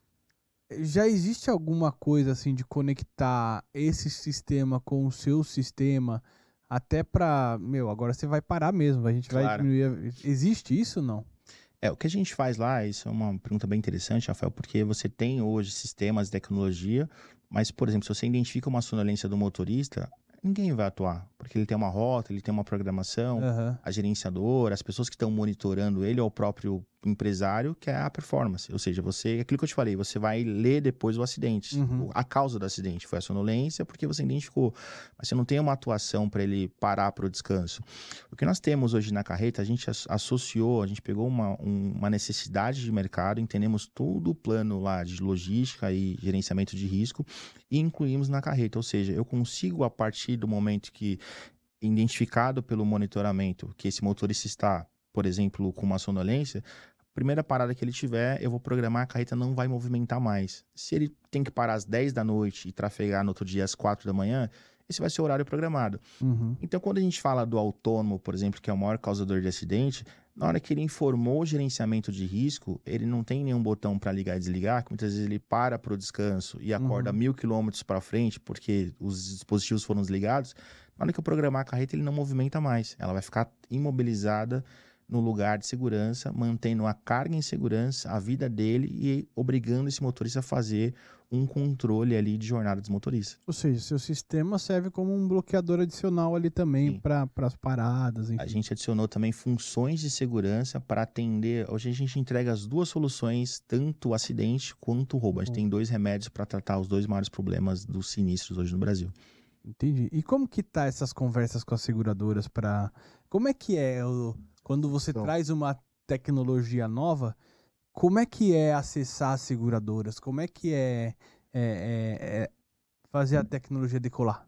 Já existe alguma coisa assim de conectar esse sistema com o seu sistema até pra, meu, agora você vai parar mesmo, a gente vai Claro. diminuir. a- Existe isso ou não? É, o que a gente faz lá, isso é uma pergunta bem interessante, Rafael, porque você tem hoje sistemas de tecnologia, mas, por exemplo, se você identifica uma sonolência do motorista, ninguém vai atuar, porque ele tem uma rota, ele tem uma programação, Aham. a gerenciadora, as pessoas que estão monitorando ele, ou o próprio empresário, que é a performance. Ou seja, você, aquilo que eu te falei, você vai ler depois o acidente, Uhum. o- a causa do acidente foi a sonolência, porque você identificou, mas você não tem uma atuação para ele parar para o descanso. O que nós temos hoje na carreta, a gente as- associou, a gente pegou uma, um- uma necessidade de mercado, entendemos todo o plano lá de logística e gerenciamento de risco e incluímos na carreta. Ou seja, eu consigo, a partir do momento que, identificado pelo monitoramento, que esse motorista está, por exemplo, com uma sonolência, a primeira parada que ele tiver, eu vou programar, a carreta não vai movimentar mais. Se ele tem que parar às dez da noite e trafegar no outro dia às quatro da manhã, esse vai ser o horário programado. Uhum. Então, quando a gente fala do autônomo, por exemplo, que é o maior causador de acidente, na hora que ele informou o gerenciamento de risco, ele não tem nenhum botão para ligar e desligar, que muitas vezes ele para para o descanso e acorda Uhum. mil quilômetros para frente porque os dispositivos foram desligados. Na hora que eu programar a carreta, ele não movimenta mais. Ela vai ficar imobilizada no lugar de segurança, mantendo a carga em segurança, a vida dele e obrigando esse motorista a fazer um controle ali de jornada dos motoristas. Ou seja, seu sistema serve como um bloqueador adicional ali também para as paradas, enfim. A gente adicionou também funções de segurança para atender. Hoje a gente entrega as duas soluções, tanto o acidente quanto o roubo. A gente Uhum. tem dois remédios para tratar os dois maiores problemas dos sinistros hoje no Brasil. Entendi. E como que tá essas conversas com as seguradoras para... Como é que é o... quando você Então. traz uma tecnologia nova, como é que é acessar as seguradoras? Como é que é, é, é, é fazer a tecnologia decolar?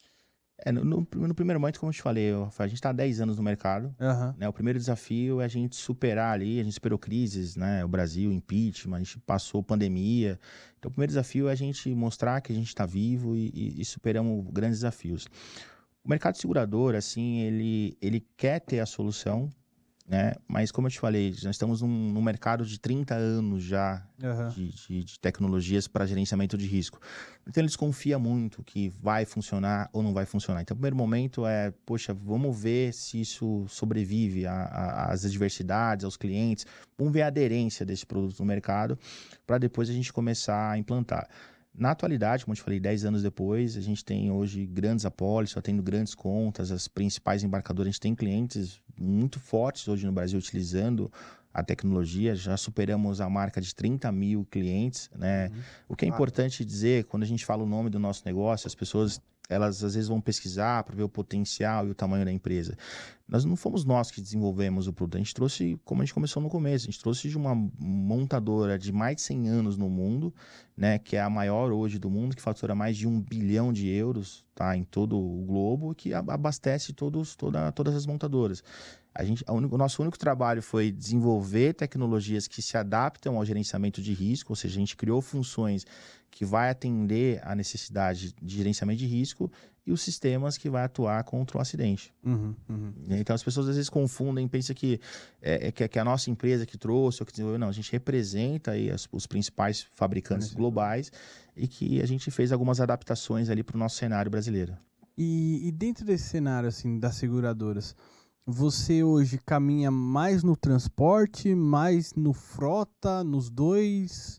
É, no, no, no primeiro momento, como eu te falei, eu- a gente está há dez anos no mercado. Aham. Né? O primeiro desafio é a gente superar ali, a gente superou crises, né? O Brasil, impeachment, a gente passou pandemia. Então, o primeiro desafio é a gente mostrar que a gente está vivo e, e, e superamos grandes desafios. O mercado segurador, assim, ele, ele quer ter a solução, né? Mas como eu te falei, nós estamos num, num mercado de trinta anos já Aham. de, de, de tecnologias para gerenciamento de risco. Então eles confiam muito que vai funcionar ou não vai funcionar. Então o primeiro momento é, poxa, vamos ver se isso sobrevive a- a- às adversidades, aos clientes, vamos ver a aderência desse produto no mercado para depois a gente começar a implantar. Na atualidade, como eu te falei, dez anos depois, a gente tem hoje grandes apólices, atendo grandes contas, as principais embarcadoras, a gente tem clientes muito fortes hoje no Brasil utilizando a tecnologia, já superamos a marca de trinta mil clientes, né? Uhum. O que é importante dizer, quando a gente fala o nome do nosso negócio, as pessoas, elas às vezes vão pesquisar para ver o potencial e o tamanho da empresa. Nós não fomos nós que desenvolvemos o produto, a gente trouxe, como a gente começou no começo, a gente trouxe de uma montadora de mais de cem anos no mundo, né, que é a maior hoje do mundo, que fatura mais de um bilhão de euros, tá, em todo o globo, que abastece todos, toda, todas as montadoras. A gente, a único, o nosso único trabalho foi desenvolver tecnologias que se adaptam ao gerenciamento de risco, ou seja, a gente criou funções que vai atender a necessidade de gerenciamento de risco e os sistemas que vai atuar contra o acidente. Uhum. Uhum. Então as pessoas às vezes confundem, pensam que é, é que é a nossa empresa que trouxe ou que desenvolveu. Não, a gente representa aí as, os principais fabricantes Fornecedor. globais e que a gente fez algumas adaptações ali para o nosso cenário brasileiro. E, e dentro desse cenário assim das seguradoras, você hoje caminha mais no transporte, mais no frota, nos dois?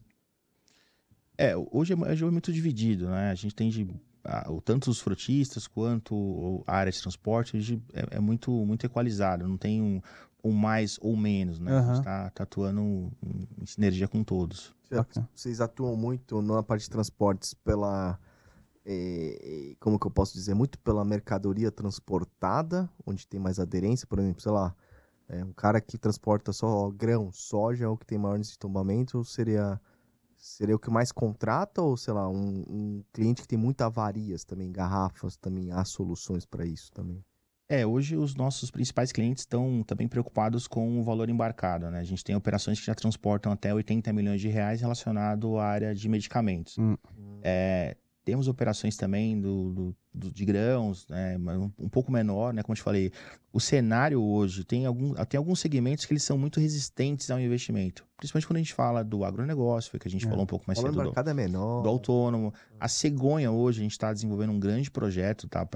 É, hoje é, hoje é muito dividido, né? A gente tem de, ah, o- tanto os frotistas quanto o- a área de transporte hoje é, é muito, muito equalizado, não tem um, um mais ou menos, né? A Aham. gente está atuando em, em sinergia com todos. Cê- Bacana. Vocês atuam muito na parte de transportes pela, eh, eh, como que eu posso dizer, muito pela mercadoria transportada, onde tem mais aderência, por exemplo, sei lá, é, um cara que transporta só grão, soja, é o que tem maior índice de tombamento, seria, seria o que mais contrata, ou sei lá, um, um cliente que tem muitas avarias também, garrafas, também há soluções para isso também. É, hoje os nossos principais clientes estão também preocupados com o valor embarcado, né? A gente tem operações que já transportam até oitenta milhões de reais relacionado à área de medicamentos. Hum. É, temos operações também do, do- do- de grãos, né? Mas um, um pouco menor, né? Como eu te falei, o cenário hoje tem, algum, tem alguns segmentos que eles são muito resistentes ao investimento. Principalmente quando a gente fala do agronegócio, foi que a gente É. falou um pouco mais O valor cedo do, embarcado é menor. do autônomo. A cegonha hoje, a gente está desenvolvendo um grande projeto, tá?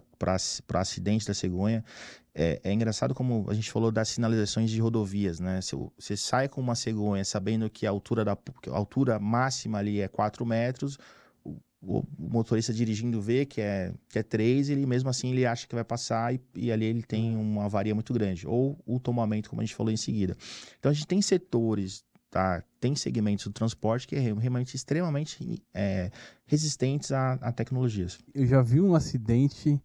Para acidente da cegonha. É, é engraçado como a gente falou das sinalizações de rodovias, né? Se o- você sai com uma cegonha sabendo que a altura, da, que a altura máxima ali é quatro metros, o, o motorista dirigindo vê que é, que é três, ele mesmo assim ele acha que vai passar e, e ali ele tem uma avaria muito grande. Ou o tomamento, como a gente falou em seguida. Então a gente tem setores, tá? Tem segmentos do transporte que é realmente extremamente é, resistentes a, a tecnologias. Eu já vi um acidente,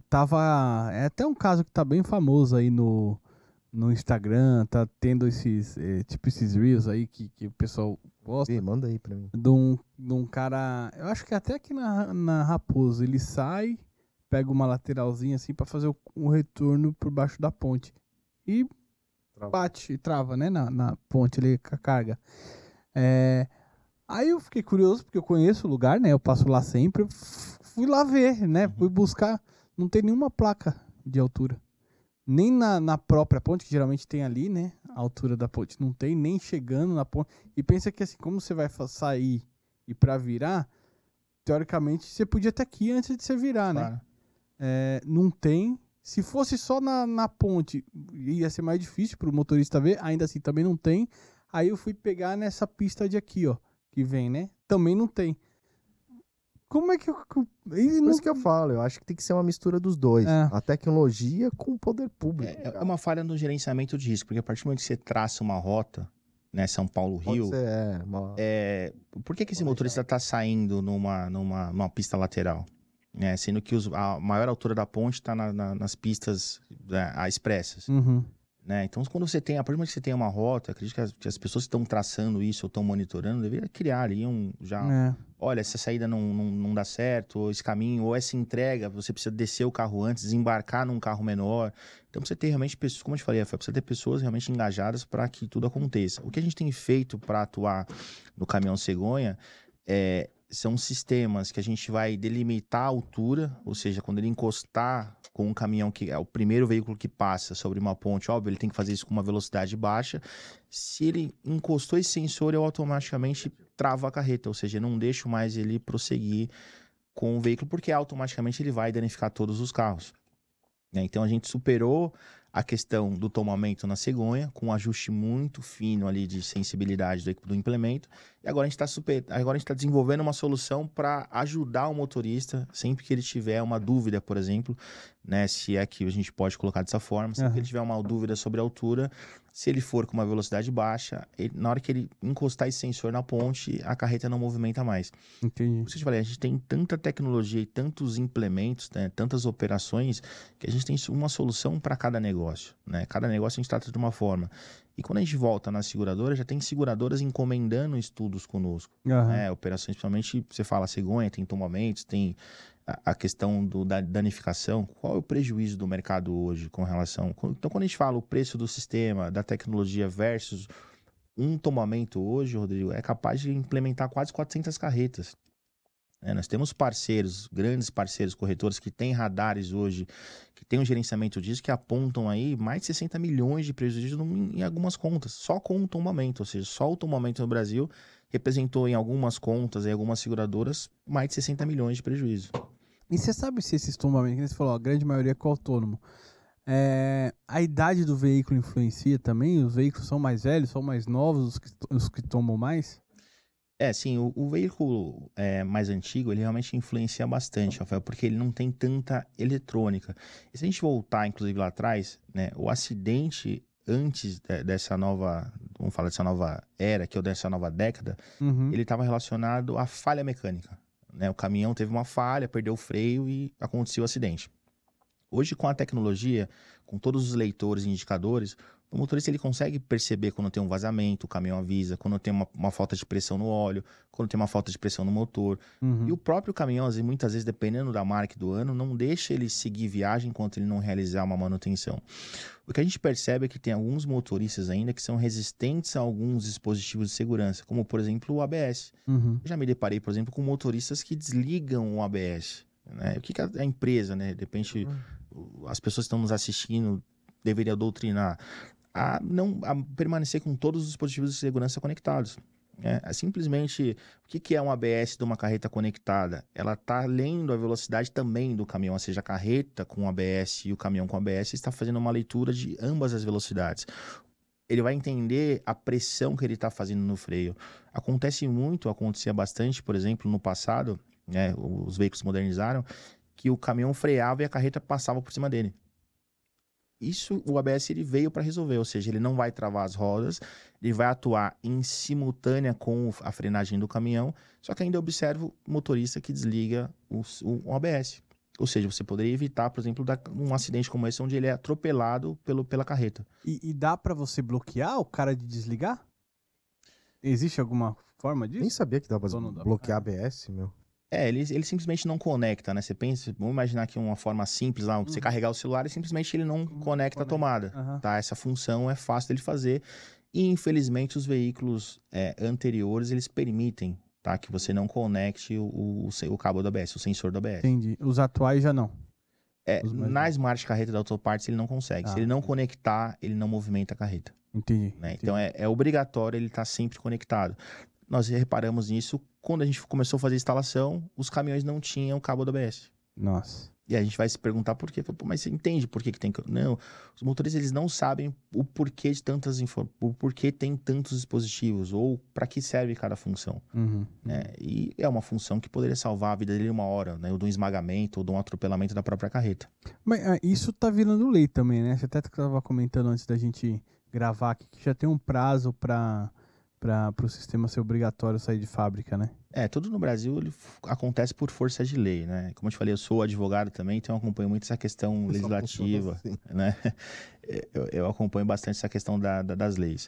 tava, é até um caso que tá bem famoso aí no, no Instagram, tá tendo esses, eh, tipo esses reels aí que, que o pessoal posta, Ih, manda aí pra mim. de um, de um cara, eu acho que até aqui na, na Raposo, ele sai, pega uma lateralzinha assim pra fazer o, um retorno por baixo da ponte e Trava. bate, trava, né, na, na ponte ali com a carga. É, Aí eu fiquei curioso, porque eu conheço o lugar, né? Eu passo lá sempre. Eu f- fui lá ver, né? Uhum. Fui buscar. Não tem nenhuma placa de altura. Nem na, na própria ponte, que geralmente tem ali, né? A altura da ponte não tem, nem chegando na ponte. E pensa que assim, como você vai fa- sair e pra virar, teoricamente você podia ter aqui antes de você virar, né? Claro. É, não tem. Se fosse só na, na ponte, ia ser mais difícil pro motorista ver. Ainda assim, também não tem. Aí eu fui pegar nessa pista de aqui, ó. Que vem, né? Também não tem. Como é que eu. eu- e Por não- isso que eu falo, eu acho que tem que ser uma mistura dos dois. É. A tecnologia com o poder público. É, é cara. uma falha no gerenciamento de risco, porque a partir do momento que você traça uma rota, né, São Pode Paulo-Rio, ser, é, uma... é, por que, que esse Planejado. motorista está saindo numa, numa, numa pista lateral? Né, sendo que os- a maior altura da ponte está na- na- nas pistas, né, a expressas. Uhum. Né? Então, quando você tem, a partir do momento que você tem uma rota, acredito que as, que as pessoas que estão traçando isso ou estão monitorando, deveriam criar ali um já. É. Olha, essa saída não, não, não dá certo, ou esse caminho, ou essa entrega, você precisa descer o carro antes, desembarcar num carro menor. Então, você ter realmente pessoas, como eu te falei, Rafael, precisa ter pessoas realmente engajadas para que tudo aconteça. O que a gente tem feito para atuar no caminhão cegonha é, são sistemas que a gente vai delimitar a altura, ou seja, quando ele encostar com um caminhão que é o primeiro veículo que passa sobre uma ponte, óbvio, ele tem que fazer isso com uma velocidade baixa. Se ele encostou esse sensor, eu automaticamente travo a carreta, ou seja, eu não deixo mais ele prosseguir com o veículo, porque automaticamente ele vai danificar todos os carros. Né? Então a gente superou a questão do tomamento na cegonha, com um ajuste muito fino ali de sensibilidade do, do implemento, e agora a gente está super, agora a gente está desenvolvendo uma solução para ajudar o motorista, sempre que ele tiver uma dúvida, por exemplo, né, se é que a gente pode colocar dessa forma, sempre Aham. que ele tiver uma dúvida sobre a altura, se ele for com uma velocidade baixa, ele- na hora que ele encostar esse sensor na ponte, a carreta não movimenta mais. Entendi. Como eu te falei, a gente tem tanta tecnologia e tantos implementos, né, tantas operações, que a gente tem uma solução para cada negócio. Né? Cada negócio a gente trata de uma forma. E quando a gente volta na seguradora, já tem seguradoras encomendando estudos conosco. Aham. Né? Operações, principalmente, você fala cegonha, tem tomamentos, tem a, a questão do, da danificação. Qual é o prejuízo do mercado hoje com relação... Então, quando a gente fala o preço do sistema, da tecnologia versus um tomamento hoje, Rodrigo, é capaz de implementar quase quatrocentas carretas. É, nós temos parceiros, grandes parceiros corretores que têm radares hoje, que têm um gerenciamento disso, que apontam aí mais de sessenta milhões de prejuízos em, em algumas contas, só com o tombamento, ou seja, só o tombamento no Brasil representou em algumas contas, em algumas seguradoras, mais de sessenta milhões de prejuízo. E você sabe se esses tombamentos, que você falou, a grande maioria é com autônomo. É, a idade do veículo influencia também? Os veículos são mais velhos, são mais novos, os que, os que tomam mais? É, sim, o, o veículo é, mais antigo, ele realmente influencia bastante, Rafael, porque ele não tem tanta eletrônica. E se a gente voltar, inclusive, lá atrás, né, o acidente antes de- dessa nova, vamos falar dessa nova era, que é dessa nova década, Uhum. ele estava relacionado à falha mecânica. Né? O caminhão teve uma falha, perdeu o freio e aconteceu o acidente. Hoje, com a tecnologia, com todos os leitores e indicadores, o motorista ele consegue perceber quando tem um vazamento, o caminhão avisa, quando tem uma, uma falta de pressão no óleo, quando tem uma falta de pressão no motor. Uhum. E o próprio caminhão, às vezes, muitas vezes, dependendo da marca e do ano, não deixa ele seguir viagem enquanto ele não realizar uma manutenção. O que a gente percebe é que tem alguns motoristas ainda que são resistentes a alguns dispositivos de segurança, como, por exemplo, o A B S. Uhum. Eu já me deparei, por exemplo, com motoristas que desligam o A B S. Né? O que, que a, a empresa, né? De repente, o- as pessoas que estão nos assistindo deveriam doutrinar a não a permanecer com todos os dispositivos de segurança conectados. Né? É simplesmente, o que, que é um A B S de uma carreta conectada? Ela está lendo a velocidade também do caminhão, ou seja, a carreta com A B S e o caminhão com A B S está fazendo uma leitura de ambas as velocidades. Ele vai entender a pressão que ele está fazendo no freio. Acontece muito, acontecia bastante, por exemplo, no passado, né, os veículos modernizaram, que o caminhão freava e a carreta passava por cima dele. Isso o A B S ele veio para resolver, ou seja, ele não vai travar as rodas, ele vai atuar em simultânea com a frenagem do caminhão, só que ainda observa o motorista que desliga o, o, o A B S. Ou seja, você poderia evitar, por exemplo, da- um acidente como esse, onde ele é atropelado pelo, pela carreta. E, e dá pra você bloquear o cara de desligar? Existe alguma forma disso? Nem sabia que dava Ou não dá? bloquear Ah. A B S, meu. É, ele, ele simplesmente não conecta, né? Você pensa, vamos imaginar que uma forma simples lá, você Uhum. carregar o celular e simplesmente ele não Não conecta a conecta. tomada, Aham. tá? Essa função é fácil dele fazer E, infelizmente, os veículos é, anteriores, eles permitem, tá, que você não conecte o, o, o cabo do A B S, o sensor do A B S. Entendi. Os atuais já não. É, Os mais na novos. Smart Carreta da Autoparts ele não consegue. Ah, Se ele não entendi. conectar, ele não movimenta a carreta. Entendi. Né? entendi. Então é, é obrigatório ele estar sempre conectado. Nós reparamos nisso quando a gente começou a fazer a instalação, os caminhões não tinham cabo do A B S. Nossa. E a gente vai se perguntar por quê. Pô, mas você entende por que, que tem que... Não, os motoristas eles não sabem o porquê de tantas informações, o porquê tem tantos dispositivos, ou para que serve cada função. Uhum. Né? E é uma função que poderia salvar a vida dele em uma hora, né? Ou de um esmagamento, ou de um atropelamento da própria carreta. Mas ah, isso tá virando lei também, né? Você até estava comentando antes da gente gravar aqui que já tem um prazo para para o sistema ser obrigatório sair de fábrica, né? É, tudo no Brasil ele f- acontece por força de lei, né? Como eu te falei, eu sou advogado também, então eu acompanho muito essa questão Só legislativa, funciona assim. né? Eu, eu acompanho bastante essa questão da- da- das leis.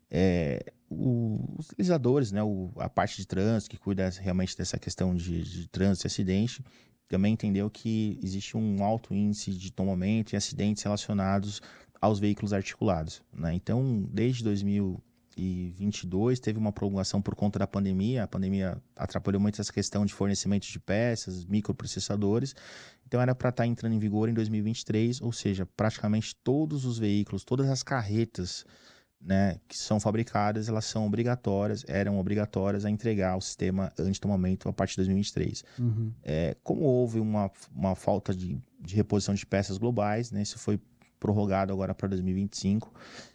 É, o- os legisladores, né? O- a parte de trânsito que cuida realmente dessa questão de, de trânsito e acidente, também entendeu que existe um alto índice de tombamento e acidentes relacionados aos veículos articulados, né? Então, desde dois mil e vinte e dois teve uma prolongação por conta da pandemia. A pandemia atrapalhou muito essa questão de fornecimento de peças, microprocessadores. Então era para estar entrando em vigor em dois mil e vinte e três, ou seja, praticamente todos os veículos, todas as carretas, né, que são fabricadas, elas são obrigatórias, eram obrigatórias a entregar o sistema anti-tomamento a partir de dois mil e vinte e três. Uhum. É, como houve uma, uma falta de, de reposição de peças globais, né, isso foi prorrogado agora para dois mil e vinte e cinco.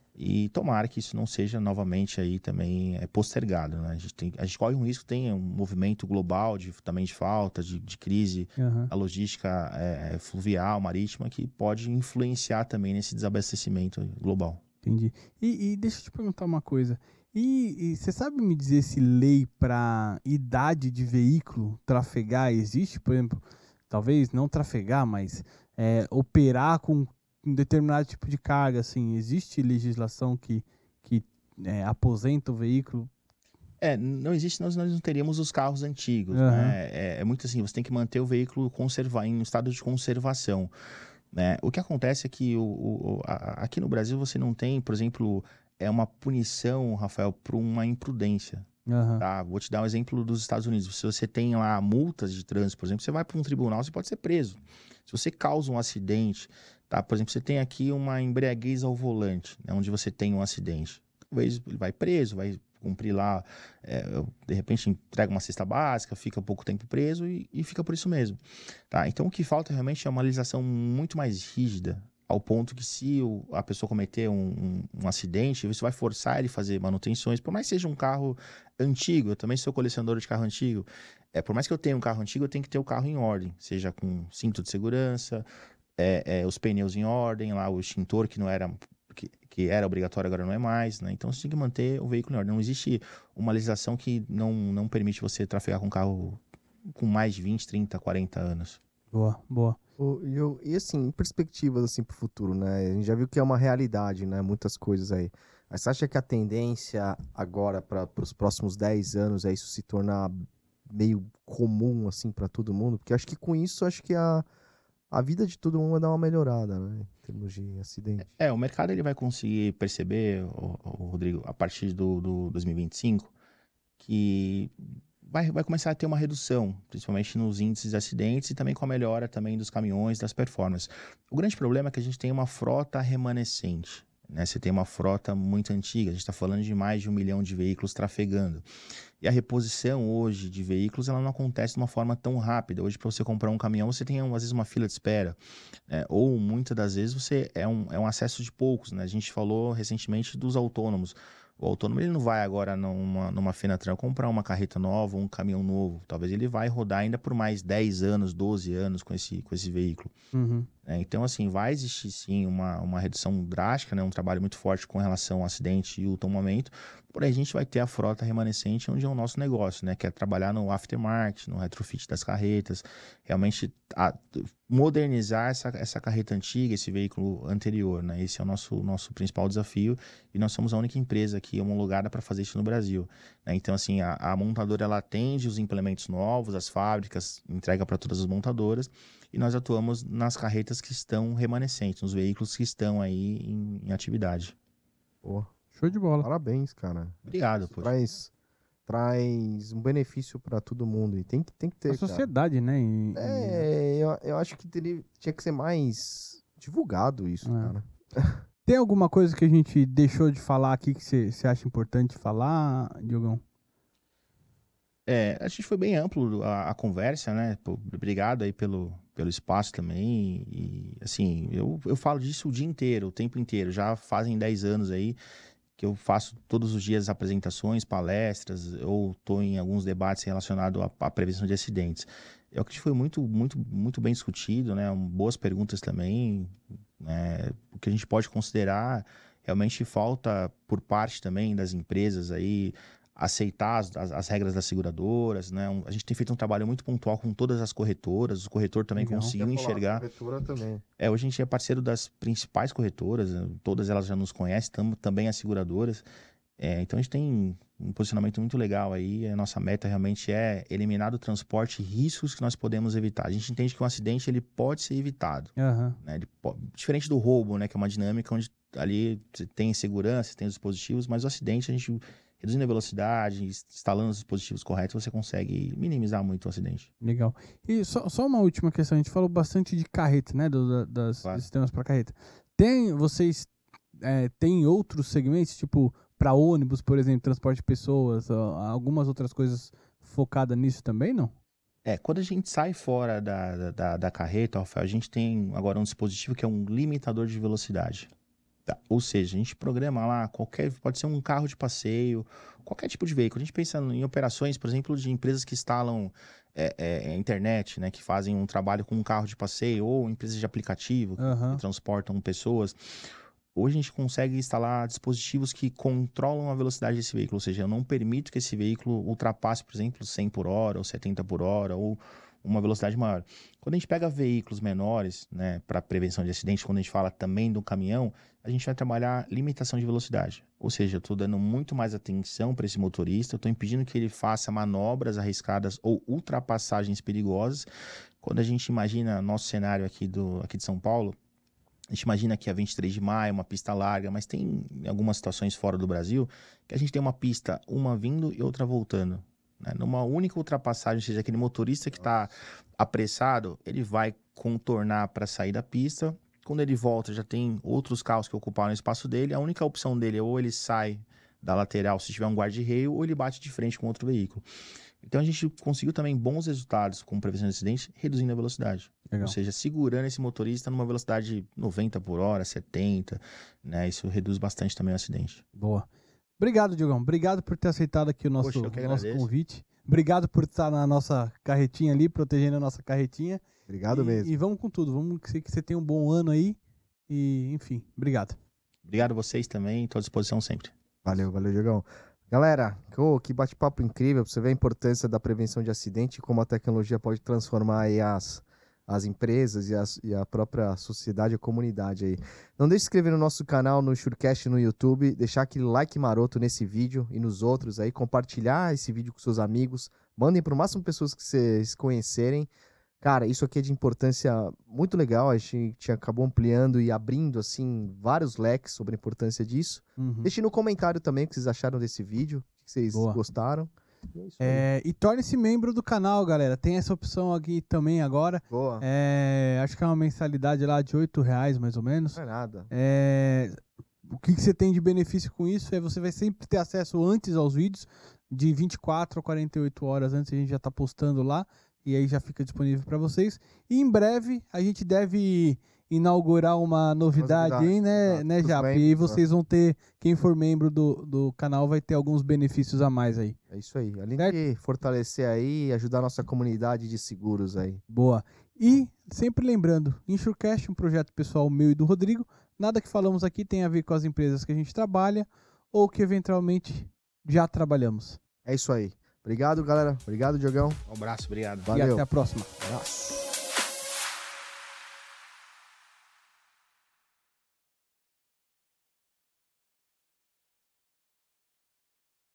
E tomara que isso não seja novamente aí também é, postergado, né? A gente, tem, a gente corre um risco, tem um movimento global de, também de falta, de, de crise, Uhum. a logística é, fluvial, marítima, que pode influenciar também nesse desabastecimento global. Entendi. E, e deixa eu te perguntar uma coisa. E, e você sabe me dizer se lei para idade de veículo trafegar existe? Por exemplo, talvez não trafegar, mas é, operar com um determinado tipo de carga, assim, existe legislação que, que é, aposenta o veículo? É, não existe, nós, nós não teríamos os carros antigos, Aham. né? É, é muito assim, você tem que manter o veículo conservar, em estado de conservação, né? O que acontece é que o, o- a- aqui no Brasil você não tem, por exemplo, é uma punição, Rafael, por uma imprudência. Aham. Tá, vou te dar um exemplo dos Estados Unidos. Se você tem lá multas de trânsito, por exemplo, você vai para um tribunal, você pode ser preso. Se você causa um acidente, tá? Por exemplo, você tem aqui uma embriaguez ao volante, né, onde você tem um acidente. Talvez ele vai preso, vai cumprir lá, é, de repente entrega uma cesta básica, fica pouco tempo preso e, e fica por isso mesmo. Tá? Então o que falta realmente é uma legislação muito mais rígida, ao ponto que se o- a pessoa cometer um, um- um acidente, você vai forçar ele a fazer manutenções, por mais que seja um carro antigo, eu também sou colecionador de carro antigo, é, por mais que eu tenha um carro antigo, eu tenho que ter o carro em ordem, seja com cinto de segurança, é, é, os pneus em ordem, lá o extintor que não era, que, que era obrigatório agora não é mais, né? Então você tem que manter o veículo em ordem. Não existe uma legislação que não, não permite você trafegar com carro com mais de vinte, trinta, quarenta anos. Boa, boa. Ô, E, eu- e assim, em perspectivas assim pro futuro, né? A gente já viu que é uma realidade, né? Muitas coisas aí. Mas você acha que a tendência agora para os próximos dez anos é isso se tornar meio comum assim para todo mundo? Porque acho que com isso acho que a, a vida de todo mundo vai dar uma melhorada, né? Em termos de acidente. É, o mercado ele vai conseguir perceber, o, Rodrigo, a partir do, do dois mil e vinte e cinco, que vai, vai começar a ter uma redução, principalmente nos índices de acidentes e também com a melhora também dos caminhões, das performances. O grande problema é que a gente tem uma frota remanescente, né? Você tem uma frota muito antiga, a gente está falando de mais de um milhão de veículos trafegando. E a reposição hoje de veículos, ela não acontece de uma forma tão rápida. Hoje, para você comprar um caminhão, você tem, às vezes, uma fila de espera, né? Ou, muitas das vezes, você é um, é um acesso de poucos, né? A gente falou recentemente dos autônomos. O autônomo ele não vai agora numa, numa Fenatran comprar uma carreta nova ou um caminhão novo. Talvez ele vai rodar ainda por mais dez anos, doze anos com esse, com esse veículo. Uhum. É, então, assim, vai existir sim uma, uma redução drástica, né? Um trabalho muito forte com relação ao acidente e o tomamento. Porém, a gente vai ter a frota remanescente, onde é o nosso negócio, né? Que é trabalhar no aftermarket, no retrofit das carretas, realmente a- modernizar essa, essa carreta antiga, esse veículo anterior, né? Esse é o nosso, nosso principal desafio e nós somos a única empresa aqui homologada para fazer isso no Brasil, né? Então, assim, a, a montadora ela atende os implementos novos, as fábricas, entrega para todas as montadoras e nós atuamos nas carretas que estão remanescentes, nos veículos que estão aí em, em atividade. Pô. Show de bola. Parabéns, cara. Obrigado, Isso poxa. traz, traz um benefício pra todo mundo. E tem que, tem que ter, A sociedade, né? E- É, eu, eu acho que teria, tinha que ser mais divulgado isso, É. cara. Tem alguma coisa que a gente deixou de falar aqui que você acha importante falar, Diogão? É, a gente foi bem amplo a, a conversa, né? Pô, obrigado aí pelo, pelo espaço também. E, assim, eu, eu falo disso o dia inteiro, o tempo inteiro. Já fazem dez anos aí que eu faço todos os dias apresentações, palestras, ou estou em alguns debates relacionados à, à prevenção de acidentes. É o que foi muito, muito, muito bem discutido, né? Boas perguntas também. Né? O que a gente pode considerar, realmente falta por parte também das empresas aí aceitar as, as, as regras das seguradoras, né? Um, a gente tem feito um trabalho muito pontual com todas as corretoras, o corretor também Legal. conseguiu enxergar. Corretora também. É, hoje a gente é parceiro das principais corretoras, né? Todas elas já nos conhecem, tamo, também as seguradoras. É, então a gente tem um posicionamento muito legal aí. A nossa meta realmente é eliminar do transporte riscos que nós podemos evitar. A gente entende que um acidente ele pode ser evitado, Aham. né? Ele po- diferente do roubo, né? Que é uma dinâmica onde ali você tem segurança, tem os dispositivos, mas o acidente a gente reduzindo a velocidade, instalando os dispositivos corretos, você consegue minimizar muito o acidente. Legal. E só, só uma última questão, a gente falou bastante de carreta, né? Do, da- das, Claro. dos sistemas para carreta. Tem, vocês é, têm outros segmentos, tipo para ônibus, por exemplo, transporte de pessoas, ó, algumas outras coisas focadas nisso também, não? É, quando a gente sai fora da, da, da, da carreta, Rafael, a gente tem agora um dispositivo que é um limitador de velocidade. Tá? Ou seja, a gente programa lá qualquer, pode ser um carro de passeio, qualquer tipo de veículo. A gente pensa em operações, por exemplo, de empresas que instalam é, é, internet, né, que fazem um trabalho com um carro de passeio, ou empresas de aplicativo que, Aham. que transportam pessoas. Hoje a gente consegue instalar dispositivos que controlam a velocidade desse veículo, ou seja, eu não permito que esse veículo ultrapasse, por exemplo, cem por hora, ou setenta por hora, ou uma velocidade maior. Quando a gente pega veículos menores, né, para prevenção de acidentes, quando a gente fala também do caminhão, a gente vai trabalhar limitação de velocidade. Ou seja, eu estou dando muito mais atenção para esse motorista, eu estou impedindo que ele faça manobras arriscadas ou ultrapassagens perigosas. Quando a gente imagina nosso cenário aqui, do, aqui de São Paulo, a gente imagina que a vinte e três de maio, uma pista larga, mas tem algumas situações fora do Brasil que a gente tem uma pista, uma vindo e outra voltando. Né? Numa única ultrapassagem, ou seja, aquele motorista que está apressado, ele vai contornar para sair da pista. Quando ele volta, já tem outros carros que ocuparam o espaço dele. A única opção dele é ou ele sai da lateral se tiver um guarda-reio, ou ele bate de frente com outro veículo. Então a gente conseguiu também bons resultados com prevenção de acidente, reduzindo a velocidade. Legal. Ou seja, segurando esse motorista numa velocidade de noventa por hora, setenta, né? Isso reduz bastante também o acidente. Boa. Obrigado, Diogão. Obrigado por ter aceitado aqui o nosso, Poxa, eu que o nosso agradeço. convite. Obrigado por estar na nossa carretinha ali, protegendo a nossa carretinha. Obrigado e, mesmo. E vamos com tudo. Vamos que você, que você tenha um bom ano aí. E, enfim, obrigado. Obrigado a vocês também, estou à disposição sempre. Valeu, valeu, Diogão. Galera, oh, que bate-papo incrível, pra você ver a importância da prevenção de acidente e como a tecnologia pode transformar aí as, as empresas e, as, e a própria sociedade, a comunidade aí. Não deixe de se inscrever no nosso canal, no Surecast no YouTube, deixar aquele like maroto nesse vídeo e nos outros aí, compartilhar esse vídeo com seus amigos, mandem para o máximo de pessoas que vocês conhecerem. Cara, isso aqui é de importância muito legal, a gente acabou ampliando e abrindo, assim, vários leques sobre a importância disso. Uhum. Deixe no comentário também o que vocês acharam desse vídeo, o que vocês Boa. gostaram. E é isso aí. É, e torne-se membro do canal, galera. Tem essa opção aqui também agora. Boa. É, acho que é uma mensalidade lá de oito reais, mais ou menos. Não é nada. É, o que, que você tem de benefício com isso é você vai sempre ter acesso antes aos vídeos, de vinte e quatro a quarenta e oito horas antes a gente já tá postando lá, e aí já fica disponível para vocês. E em breve a gente deve inaugurar uma novidade, Novidade, hein, né, exato. né Pros Japa? E aí membros, vocês vão ter, quem for membro do, do canal vai ter alguns benefícios a mais aí. É isso aí. Além Certo? de fortalecer aí e ajudar a nossa comunidade de seguros aí. Boa. E sempre lembrando, InsureCast, um projeto pessoal meu e do Rodrigo. Nada que falamos aqui tem a ver com as empresas que a gente trabalha ou que eventualmente já trabalhamos. É isso aí. Obrigado, galera. Obrigado, Diogão. Um abraço, obrigado. E Valeu. até a próxima. Abraço.